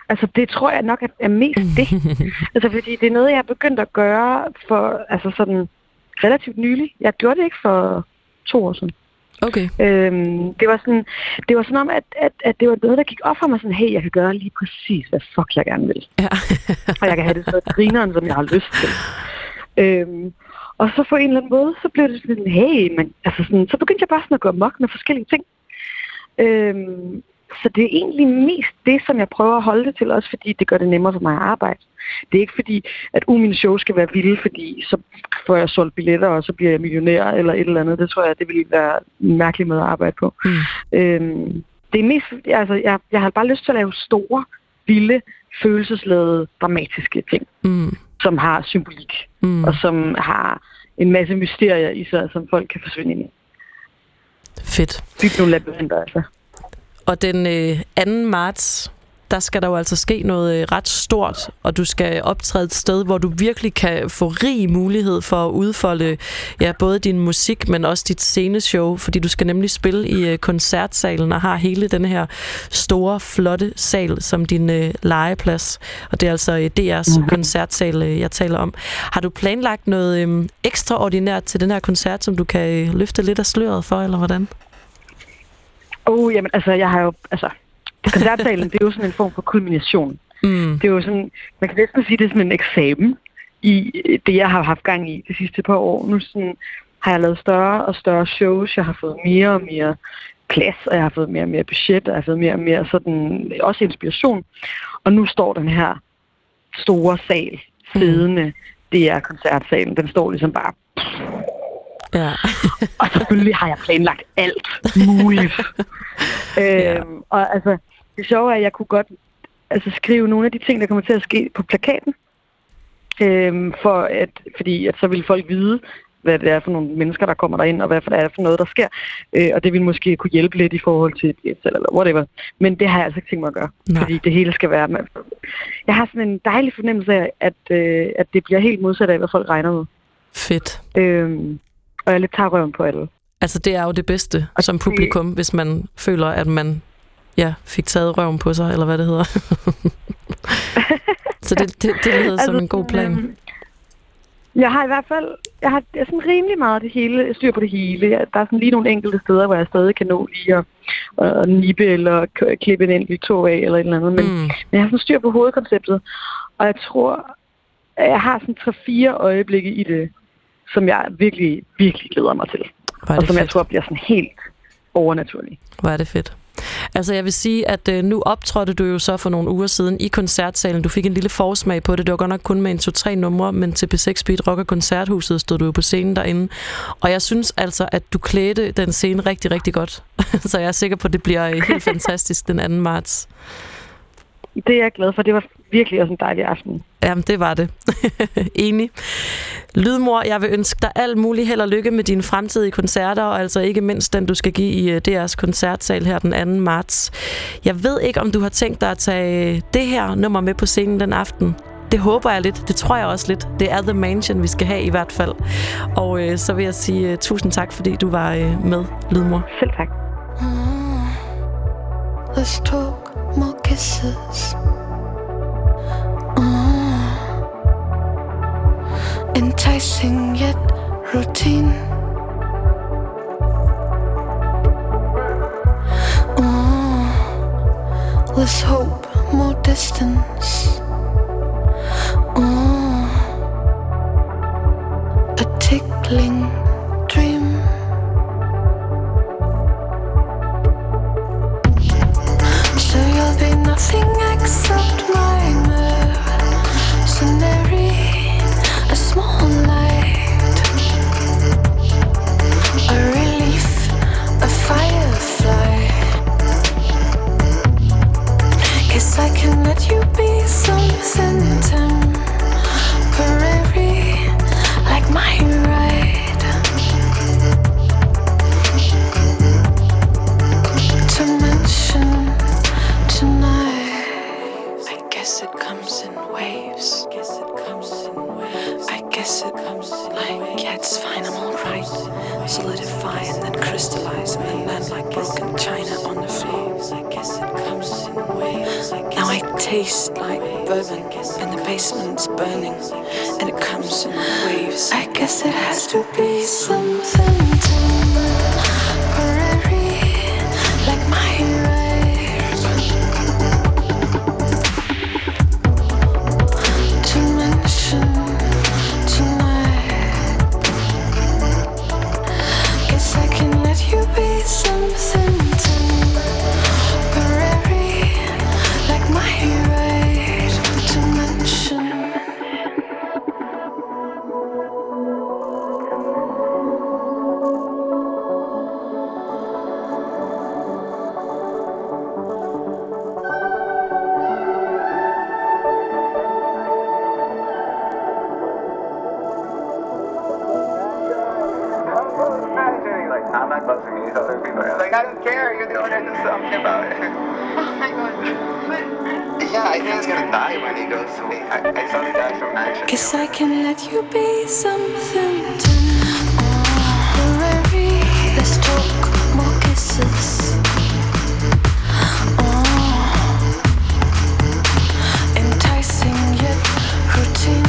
Altså, det tror jeg nok er mest det. Altså, fordi det er noget, jeg har begyndt at gøre for, altså sådan, relativt nylig. Jeg gjorde det ikke for to år siden. Okay. Øhm, det var sådan, det var sådan om, at, at, at det var noget, der gik op for mig sådan, hey, jeg kan gøre lige præcis, hvad fuck jeg gerne vil. Ja. Og jeg kan have det så grineren, som jeg har lyst til. Øhm, og så på en eller anden måde, så blev det sådan, hey, men, altså sådan, så begyndte jeg bare sådan at gå amok med forskellige ting. Øhm, så det er egentlig mest det, som jeg prøver at holde det til, også fordi det gør det nemmere for mig at arbejde. Det er ikke fordi, at uh, mine shows skal være vilde, fordi så får jeg solgt billetter, og så bliver jeg millionær eller et eller andet. Det tror jeg, det ville være en mærkelig måde at arbejde på. Mm. Øhm, det er mest, altså, jeg, jeg har bare lyst til at lave store, vilde, følelsesladede, dramatiske ting, mm. som har symbolik, mm. og som har en masse mysterier i sig, som folk kan forsvinde ind i. Fedt. Bygge nogle labyrinter, altså. Og den øh, anden marts, der skal der jo altså ske noget øh, ret stort, og du skal optræde et sted, hvor du virkelig kan få rig mulighed for at udfolde ja, både din musik, men også dit sceneshow, fordi du skal nemlig spille i øh, koncertsalen og har hele den her store, flotte sal som din øh, legeplads. Og det er altså øh, D R's mm-hmm. koncertsal, øh, jeg taler om. Har du planlagt noget øh, ekstraordinært til den her koncert, som du kan øh, løfte lidt af sløret for, eller hvordan? Oh, jamen, altså, jeg har jo, altså, koncertsalen, det er jo sådan en form for kulmination. Mm. Det er jo sådan, man kan næsten sige, det er sådan en eksamen i det, jeg har haft gang i de sidste par år. Nu sådan, har jeg lavet større og større shows, jeg har fået mere og mere plads, og jeg har fået mere og mere budget, og jeg har fået mere og mere sådan, også inspiration. Og nu står den her store sal, siddende, mm. det er koncertsalen, den står ligesom bare... Ja. Og selvfølgelig har jeg planlagt alt muligt. ja. øhm, og altså, det sjove er, at jeg kunne godt altså, skrive nogle af de ting, der kommer til at ske på plakaten. Øhm, for at, fordi at så vil folk vide, hvad det er for nogle mennesker, der kommer derind, og hvad det er for noget, der sker. Øh, og det vil måske kunne hjælpe lidt i forhold til et eller whatever. Men det har jeg altså ikke tænkt mig at gøre. Nej. Fordi det hele skal være... Jeg har sådan en dejlig fornemmelse af, at, øh, at det bliver helt modsat af, hvad folk regner med. Fedt. Øhm, og jeg lidt tager røven på alle. Altså, det er jo det bedste og som publikum, det... hvis man føler, at man ja, fik taget røven på sig, eller hvad det hedder. Så det, det, det lyder altså, som en god plan. Øhm, jeg har i hvert fald jeg har jeg sådan rimelig meget det hele, jeg styr på det hele. Der er sådan lige nogle enkelte steder, hvor jeg stadig kan nå lige at, at nippe eller k- klippe en enkelt tog af, eller et eller andet. Men, mm. men jeg har sådan styr på hovedkonceptet. Og jeg tror, at jeg har sådan tre-fire øjeblikke i det, som jeg virkelig, virkelig glæder mig til. Og som fedt. Jeg tror bliver sådan helt overnaturligt. Hvor er det fedt. Altså jeg vil sige, at øh, nu optrådte du jo så for nogle uger siden i koncertsalen. Du fik en lille forsmag på det. Det var godt nok kun med en to-tre numre, men til P seks Beat Rock og Koncerthuset stod du jo på scenen derinde. Og jeg synes altså, at du klædte den scene rigtig, rigtig godt. Så jeg er sikker på, at det bliver helt fantastisk den anden marts. Det er jeg glad for. Det var virkelig også en dejlig aften. Jamen, det var det. Enig. Lydmor, jeg vil ønske dig alt muligt held og lykke med dine fremtidige koncerter, og altså ikke mindst den, du skal give i D R's koncertsal her den anden marts. Jeg ved ikke, om du har tænkt dig at tage det her nummer med på scenen den aften. Det håber jeg lidt. Det tror jeg også lidt. Det er The Mansion, vi skal have i hvert fald. Og øh, så vil jeg sige uh, tusind tak, fordi du var øh, med, Lydmor. Selv tak. Mm, let's talk more kisses. Mm, enticing yet routine. Mm, let's hope more distance. Mm, a tickling dream. So you'll be nothing except my mercenary, a small light, a relief, a firefly. Guess I can let you be something temporary, like my ride to mention tonight. I guess it comes in waves. Guess it comes in waves. I guess it comes in like yeah, it's fine, I'm alright. Solidify and then crystallize and then land like broken china on the floor. I guess it comes in waves. Now I taste suburban, and the basement's burning, and it comes in waves. I guess it has to be something temporary, like my erase. To mention tonight, guess I can let you be something temporary, like my erase. To mention. I'm not buzzing these other people. Like, I don't care. You're the one that does something about it. Oh my god. Yeah, I think he's gonna die when he goes to me. I, I saw him die from action. Guess I can let you be something temporary. Let's talk more kisses. Oh, enticing yet routine.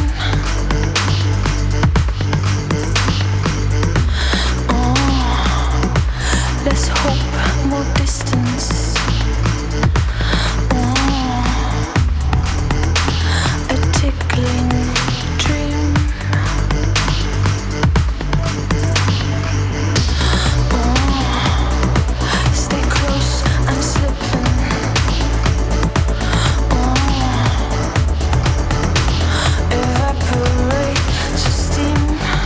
Let's hope more distance. Oh, a tickling dream. Oh, stay close, I'm slipping. Oh, evaporate to steam.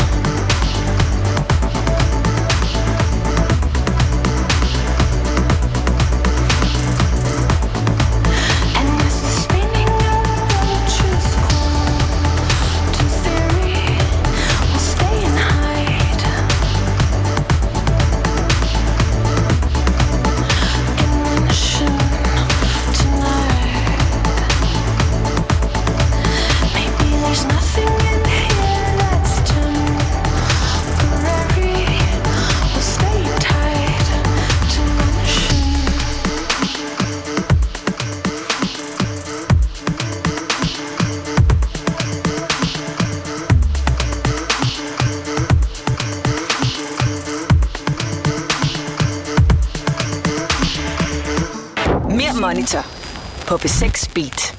Monitor på P seks Beat.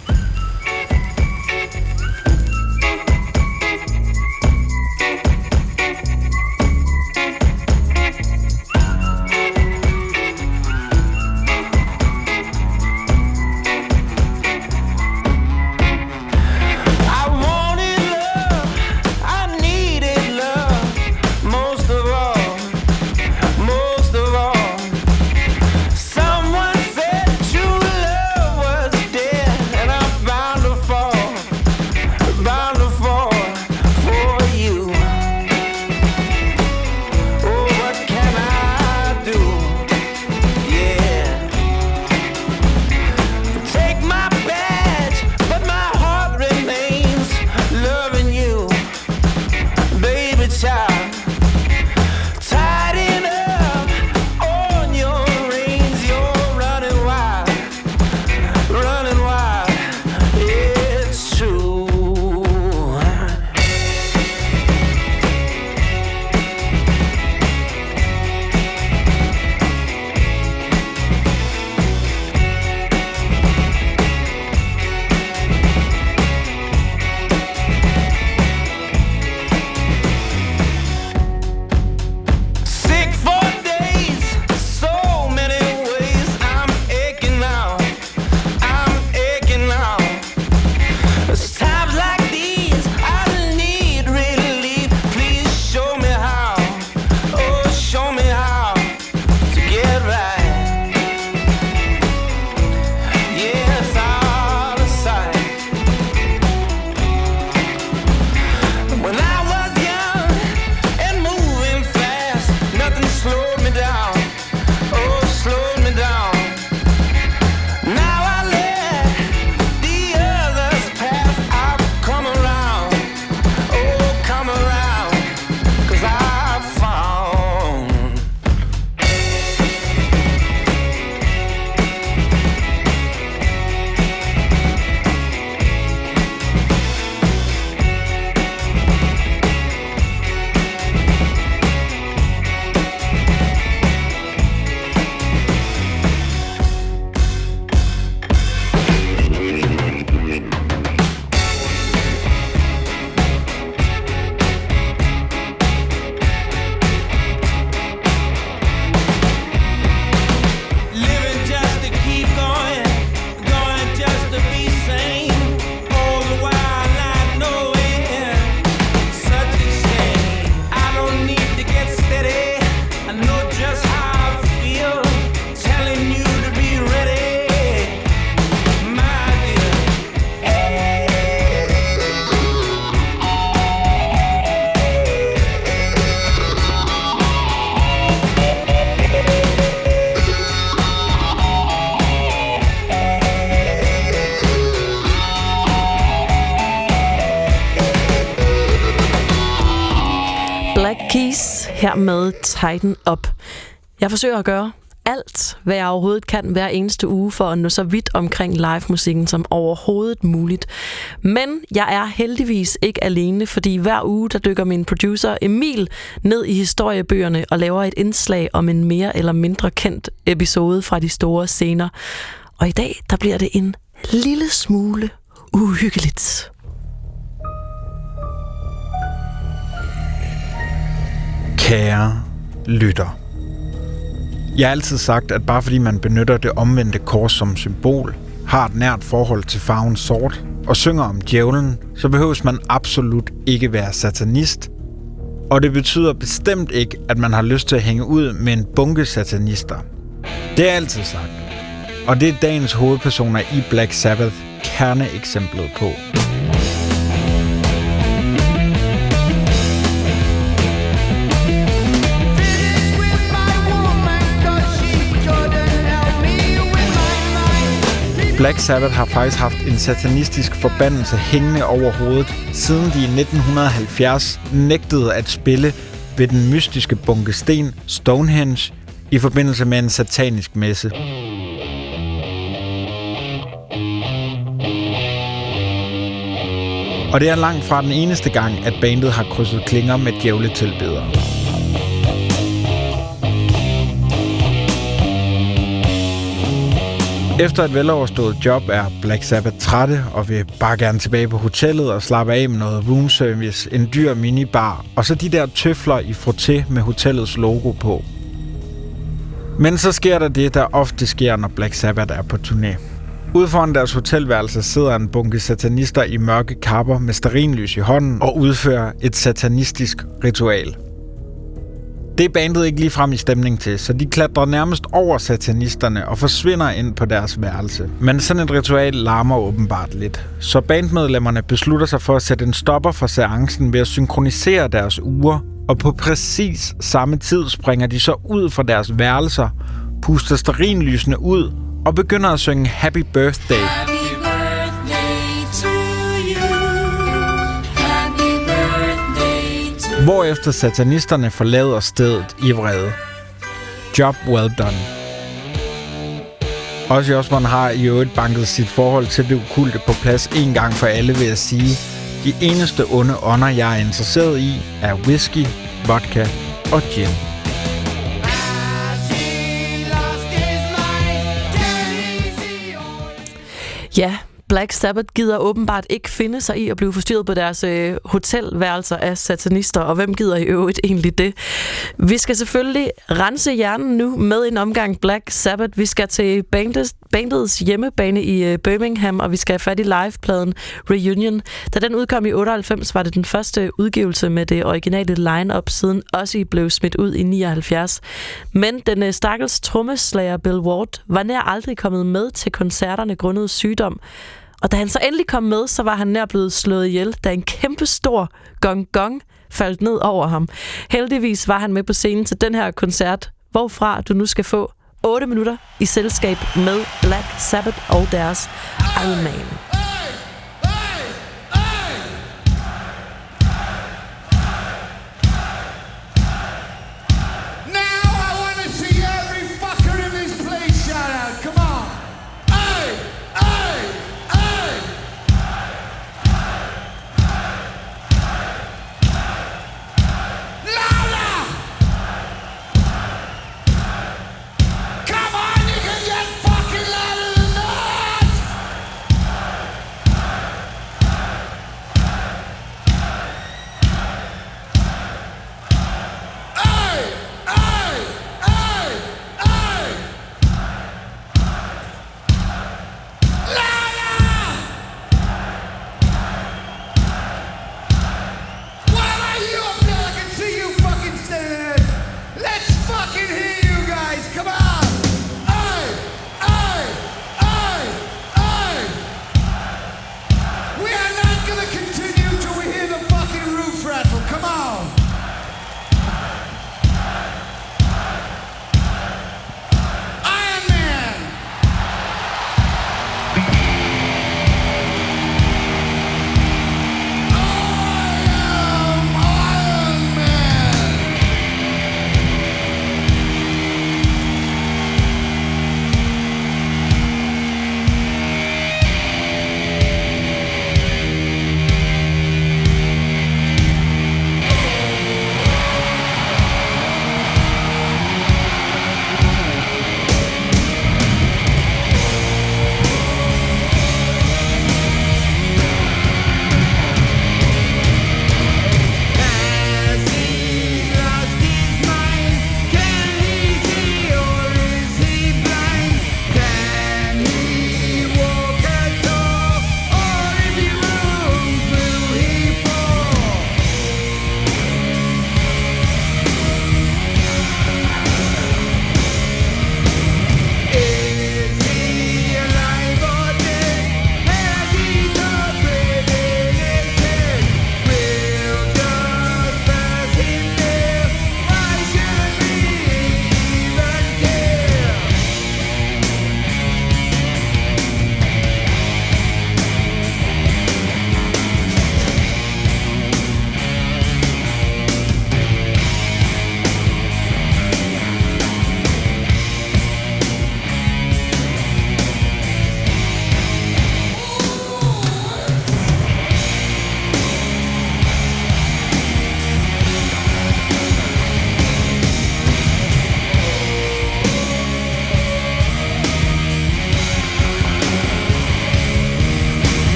And I her med Tighten Up. Jeg forsøger at gøre alt, hvad jeg overhovedet kan hver eneste uge for at nå så vidt omkring live-musikken som overhovedet muligt. Men jeg er heldigvis ikke alene, fordi hver uge der dykker min producer Emil ned i historiebøgerne og laver et indslag om en mere eller mindre kendt episode fra de store scener. Og i dag der bliver det en lille smule uhyggeligt. Kære lytter. Jeg har altid sagt, at bare fordi man benytter det omvendte kors som symbol, har et nært forhold til farven sort og synger om djævlen, så behøves man absolut ikke være satanist. Og det betyder bestemt ikke, at man har lyst til at hænge ud med en bunke satanister. Det er altid sagt. Og det er dagens hovedpersoner i Black Sabbath kerneeksemplet på. Black Sabbath har faktisk haft en satanistisk forbandelse hængende over hovedet, siden de i nitten halvfjerds nægtede at spille ved den mystiske bunke sten Stonehenge i forbindelse med en satanisk messe. Og det er langt fra den eneste gang, at bandet har krydset klinger med djævletilbedere. Efter et veloverstået job er Black Sabbath trætte og vil bare gerne tilbage på hotellet og slappe af med noget room service, en dyr minibar og så de der tøfler i frotté med hotellets logo på. Men så sker der det, der ofte sker, når Black Sabbath er på turné. Ude foran deres hotelværelse sidder en bunke satanister i mørke kapper med stearinlys i hånden og udfører et satanistisk ritual. Det er bandet ikke lige frem i stemning til, så de klatrer nærmest over satanisterne og forsvinder ind på deres værelse. Men sådan et ritual larmer åbenbart lidt. Så bandmedlemmerne beslutter sig for at sætte en stopper for seancen ved at synkronisere deres ure, og på præcis samme tid springer de så ud fra deres værelser, puster stearinlysene ud og begynder at synge Happy Birthday. Hvorefter satanisterne forlader stedet i vrede. Job well done. Ozzy Osbourne har i øvrigt banket sit forhold til det okulte på plads en gang for alle ved at sige: de eneste onde ånder, jeg er interesseret i, er whisky, vodka og gin. Ja, Black Sabbath gider åbenbart ikke finde sig i at blive forstyrret på deres øh, hotelværelser af satanister, og hvem gider i øvrigt egentlig det? Vi skal selvfølgelig rense hjernen nu med en omgang Black Sabbath. Vi skal til bandets, bandets hjemmebane i øh, Birmingham, og vi skal have fat i livepladen Reunion. Da den udkom i otteoghalvfems, var det den første udgivelse med det originale line-up, siden Ozzy blev smidt ud i nioghalvfjerds. Men den øh, stakkels trommeslager Bill Ward var nær aldrig kommet med til koncerterne grundet sygdom. Og da han så endelig kom med, så var han nær blevet slået ihjel, da en kæmpe stor gong-gong faldt ned over ham. Heldigvis var han med på scenen til den her koncert, hvorfra du nu skal få otte minutter i selskab med Black Sabbath og deres Iron Man.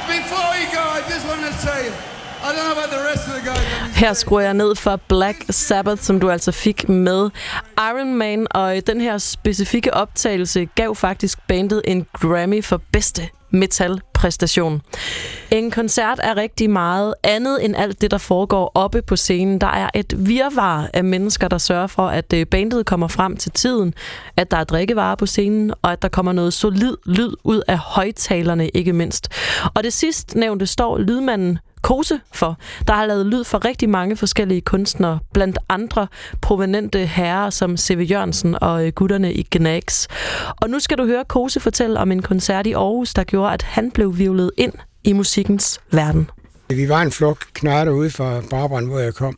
before you go, I just want to say, I don't know about the rest of the guys. Her skruer jeg ned for Black Sabbath, som du altså fik med Iron Man, og den her specifikke optagelse gav faktisk bandet en Grammy for bedste metalpræstation. En koncert er rigtig meget andet end alt det, der foregår oppe på scenen. Der er et virvar af mennesker, der sørger for, at bandet kommer frem til tiden, at der er drikkevarer på scenen, og at der kommer noget solid lyd ud af højtalerne, ikke mindst. Og det sidst nævnte står lydmanden Kose for, der har lavet lyd for rigtig mange forskellige kunstnere, blandt andre provenente herrer som C V Jørgensen og gutterne i Gnags. Og nu skal du høre Kose fortælle om en koncert i Aarhus, der gjorde, at han blev hvirvlet ind i musikkens verden. Vi var en flok knarter ude fra Brabrand, hvor jeg kom.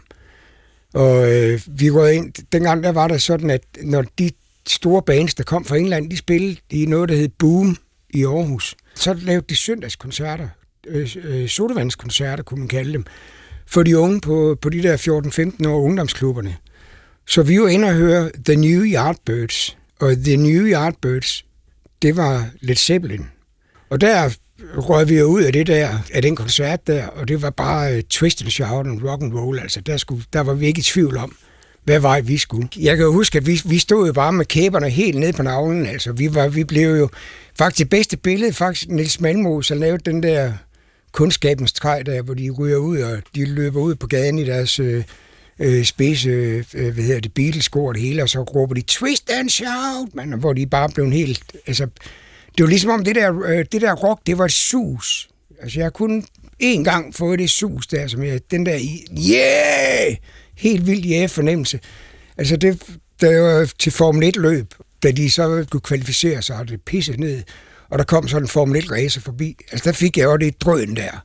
Og øh, vi rød ind. Dengang der var det sådan, at når de store bands, der kom fra England, de spillede i noget, der hed Boom i Aarhus. Så lavede de søndagskoncerter. Øh, øh, sodavandskoncerter, kunne man kalde dem, for de unge på, på de der fjorten femten år ungdomsklubberne. Så vi var inde og høre The New Yardbirds, og The New Yardbirds, det var Led Zeppelin. Og der røg vi jo ud af det der, af den koncert der, og det var bare uh, twist and shout og rock and roll, altså der, skulle, der var vi ikke i tvivl om, hvad vej vi skulle. Jeg kan jo huske, at vi, vi stod jo bare med kæberne helt ned på navlen, altså vi, var, vi blev jo faktisk det bedste billede, faktisk Niels Malmros har lavet den der Kundskabens træ der, hvor de ryger ud, og de løber ud på gaden i deres øh, øh, spidse, øh, hvad hedder det, Beatles-sko og det hele, og så råber de twist and shout, man, hvor de bare blev helt, altså, det var ligesom om det der, øh, det der rock, det var et sus. Altså, jeg har kun én gang fået det sus der, som jeg, den der, yeah, helt vildt ja fornemmelse. Altså, det, der var til Formel et løb, da de så kunne kvalificere sig, og det pissede ned, og der kom sådan en Formel et racer forbi. Altså, der fik jeg også det drøn der.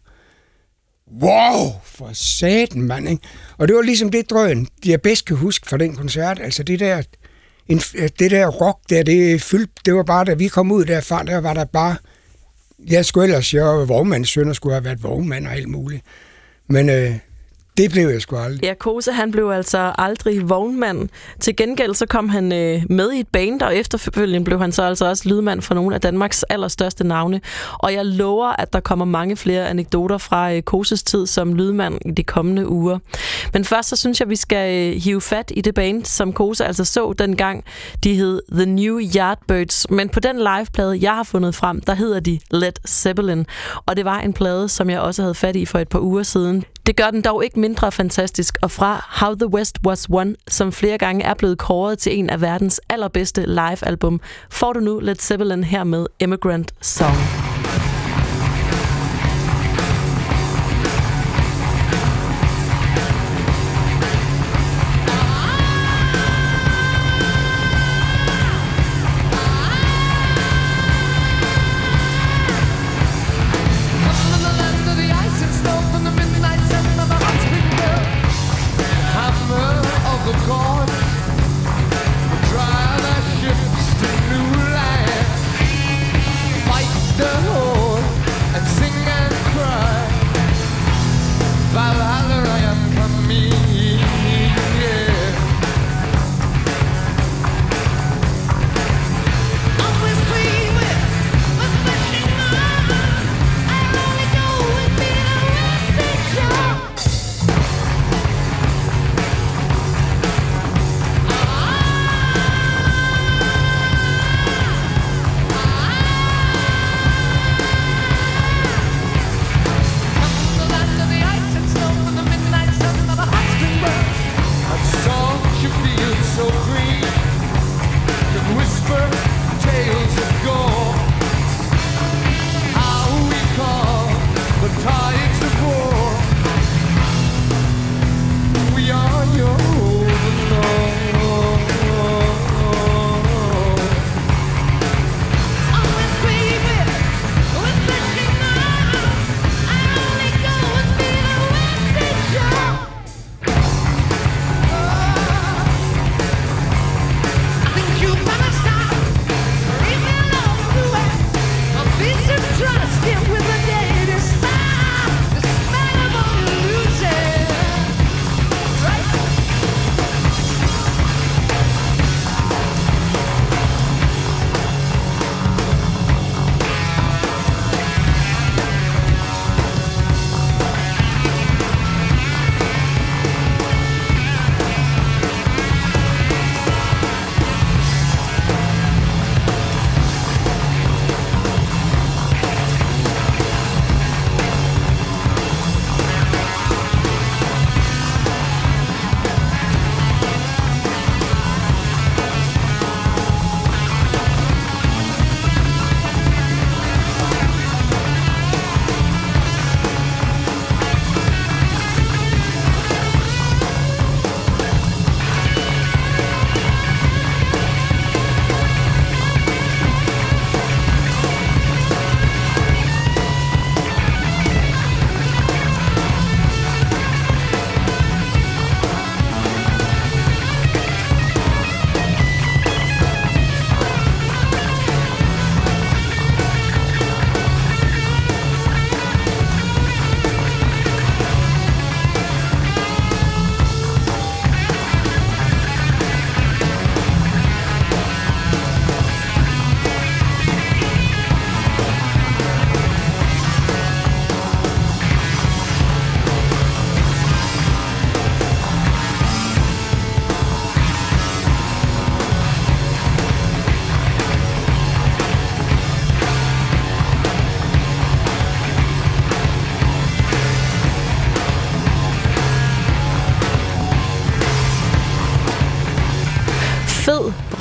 Wow, for satan, mand, ikke? Og det var ligesom det drøn, jeg bedst kan huske fra den koncert. Altså, det der, en, det der rock der, det fyldt, det var bare, da vi kom ud derfra, der var der bare, jeg skulle ellers, jeg var vognmandssøn og skulle have været vognmand og alt muligt. Men øh, det blev jeg sgu aldrig. Ja, Kose, han blev altså aldrig vognmand. Til gengæld så kom han øh, med i et band, og efterfølgende blev han så altså også lydmand for nogle af Danmarks allerstørste navne. Og jeg lover, at der kommer mange flere anekdoter fra øh, Koses tid som lydmand i de kommende uger. Men først så synes jeg, vi skal øh, hive fat i det band, som Kose altså så dengang. De hed The New Yardbirds. Men på den liveplade, jeg har fundet frem, der hedder de Led Zeppelin. Og det var en plade, som jeg også havde fat i for et par uger siden. Det gør den dog ikke mindre fantastisk, og fra How the West Was Won, som flere gange er blevet kåret til en af verdens allerbedste live-album, får du nu Led Zeppelin her med Immigrant Song. The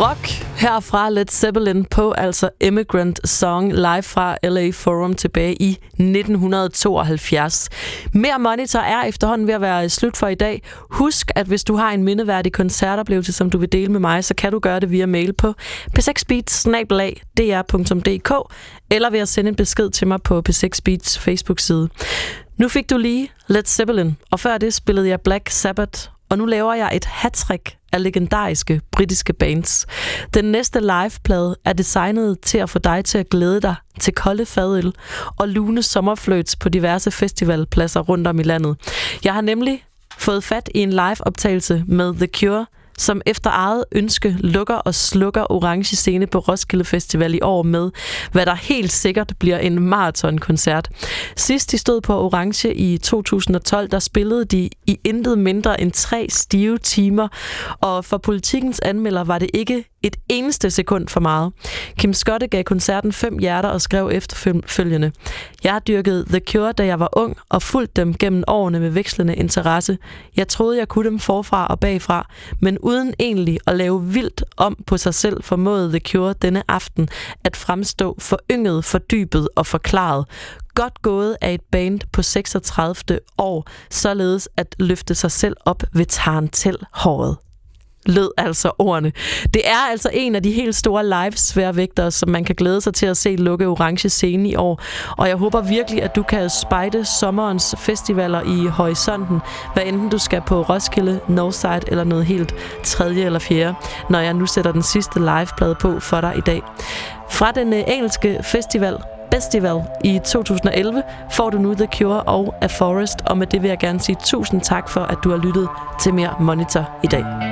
rock herfra Led Zeppelin på altså Immigrant Song live fra L A Forum tilbage i nitten tooghalvfjerds. Mere Monitor er efterhånden ved at være slut for i dag. Husk, at hvis du har en mindeværdig koncertoplevelse, som du vil dele med mig, så kan du gøre det via mail på p seks beats bindestreg d r punktum d k eller ved at sende en besked til mig på P seks Beats Facebook-side. Nu fik du lige Led Zeppelin, og før det spillede jeg Black Sabbath, og nu laver jeg et hattrick af legendariske britiske bands. Den næste liveplade er designet til at få dig til at glæde dig til kolde fadøl og lune sommerfløjts på diverse festivalpladser rundt om i landet. Jeg har nemlig fået fat i en liveoptagelse med The Cure, som efter eget ønske lukker og slukker Orange Scene på Roskilde Festival i år med, hvad der helt sikkert bliver en maratonkoncert. Sidst de stod på Orange i to tusind og tolv, der spillede de i intet mindre end tre stive timer, og for Politikens anmelder var det ikke et eneste sekund for meget. Kim Skotte gav koncerten fem hjerter og skrev efterfølgende: Jeg har dyrket The Cure, da jeg var ung, og fulgt dem gennem årene med vekslende interesse. Jeg troede, jeg kunne dem forfra og bagfra, men uden egentlig at lave vildt om på sig selv, formåede The Cure denne aften at fremstå forynget, fordybet og forklaret. Godt gået af et band på seksogtredive år, således at løfte sig selv op ved tarantelhåret. Lød altså ordene. Det er altså en af de helt store live-sværvægtere, som man kan glæde sig til at se lukke Orange Scene i år. Og jeg håber virkelig, at du kan spejde sommerens festivaler i horisonten, hvad enten du skal på Roskilde, Northside eller noget helt tredje eller fjerde, når jeg nu sætter den sidste liveplade på for dig i dag. Fra den engelske festival Festival i to tusind og elleve får du nu The Cure og A Forest, og med det vil jeg gerne sige tusind tak for, at du har lyttet til Mere Monitor i dag.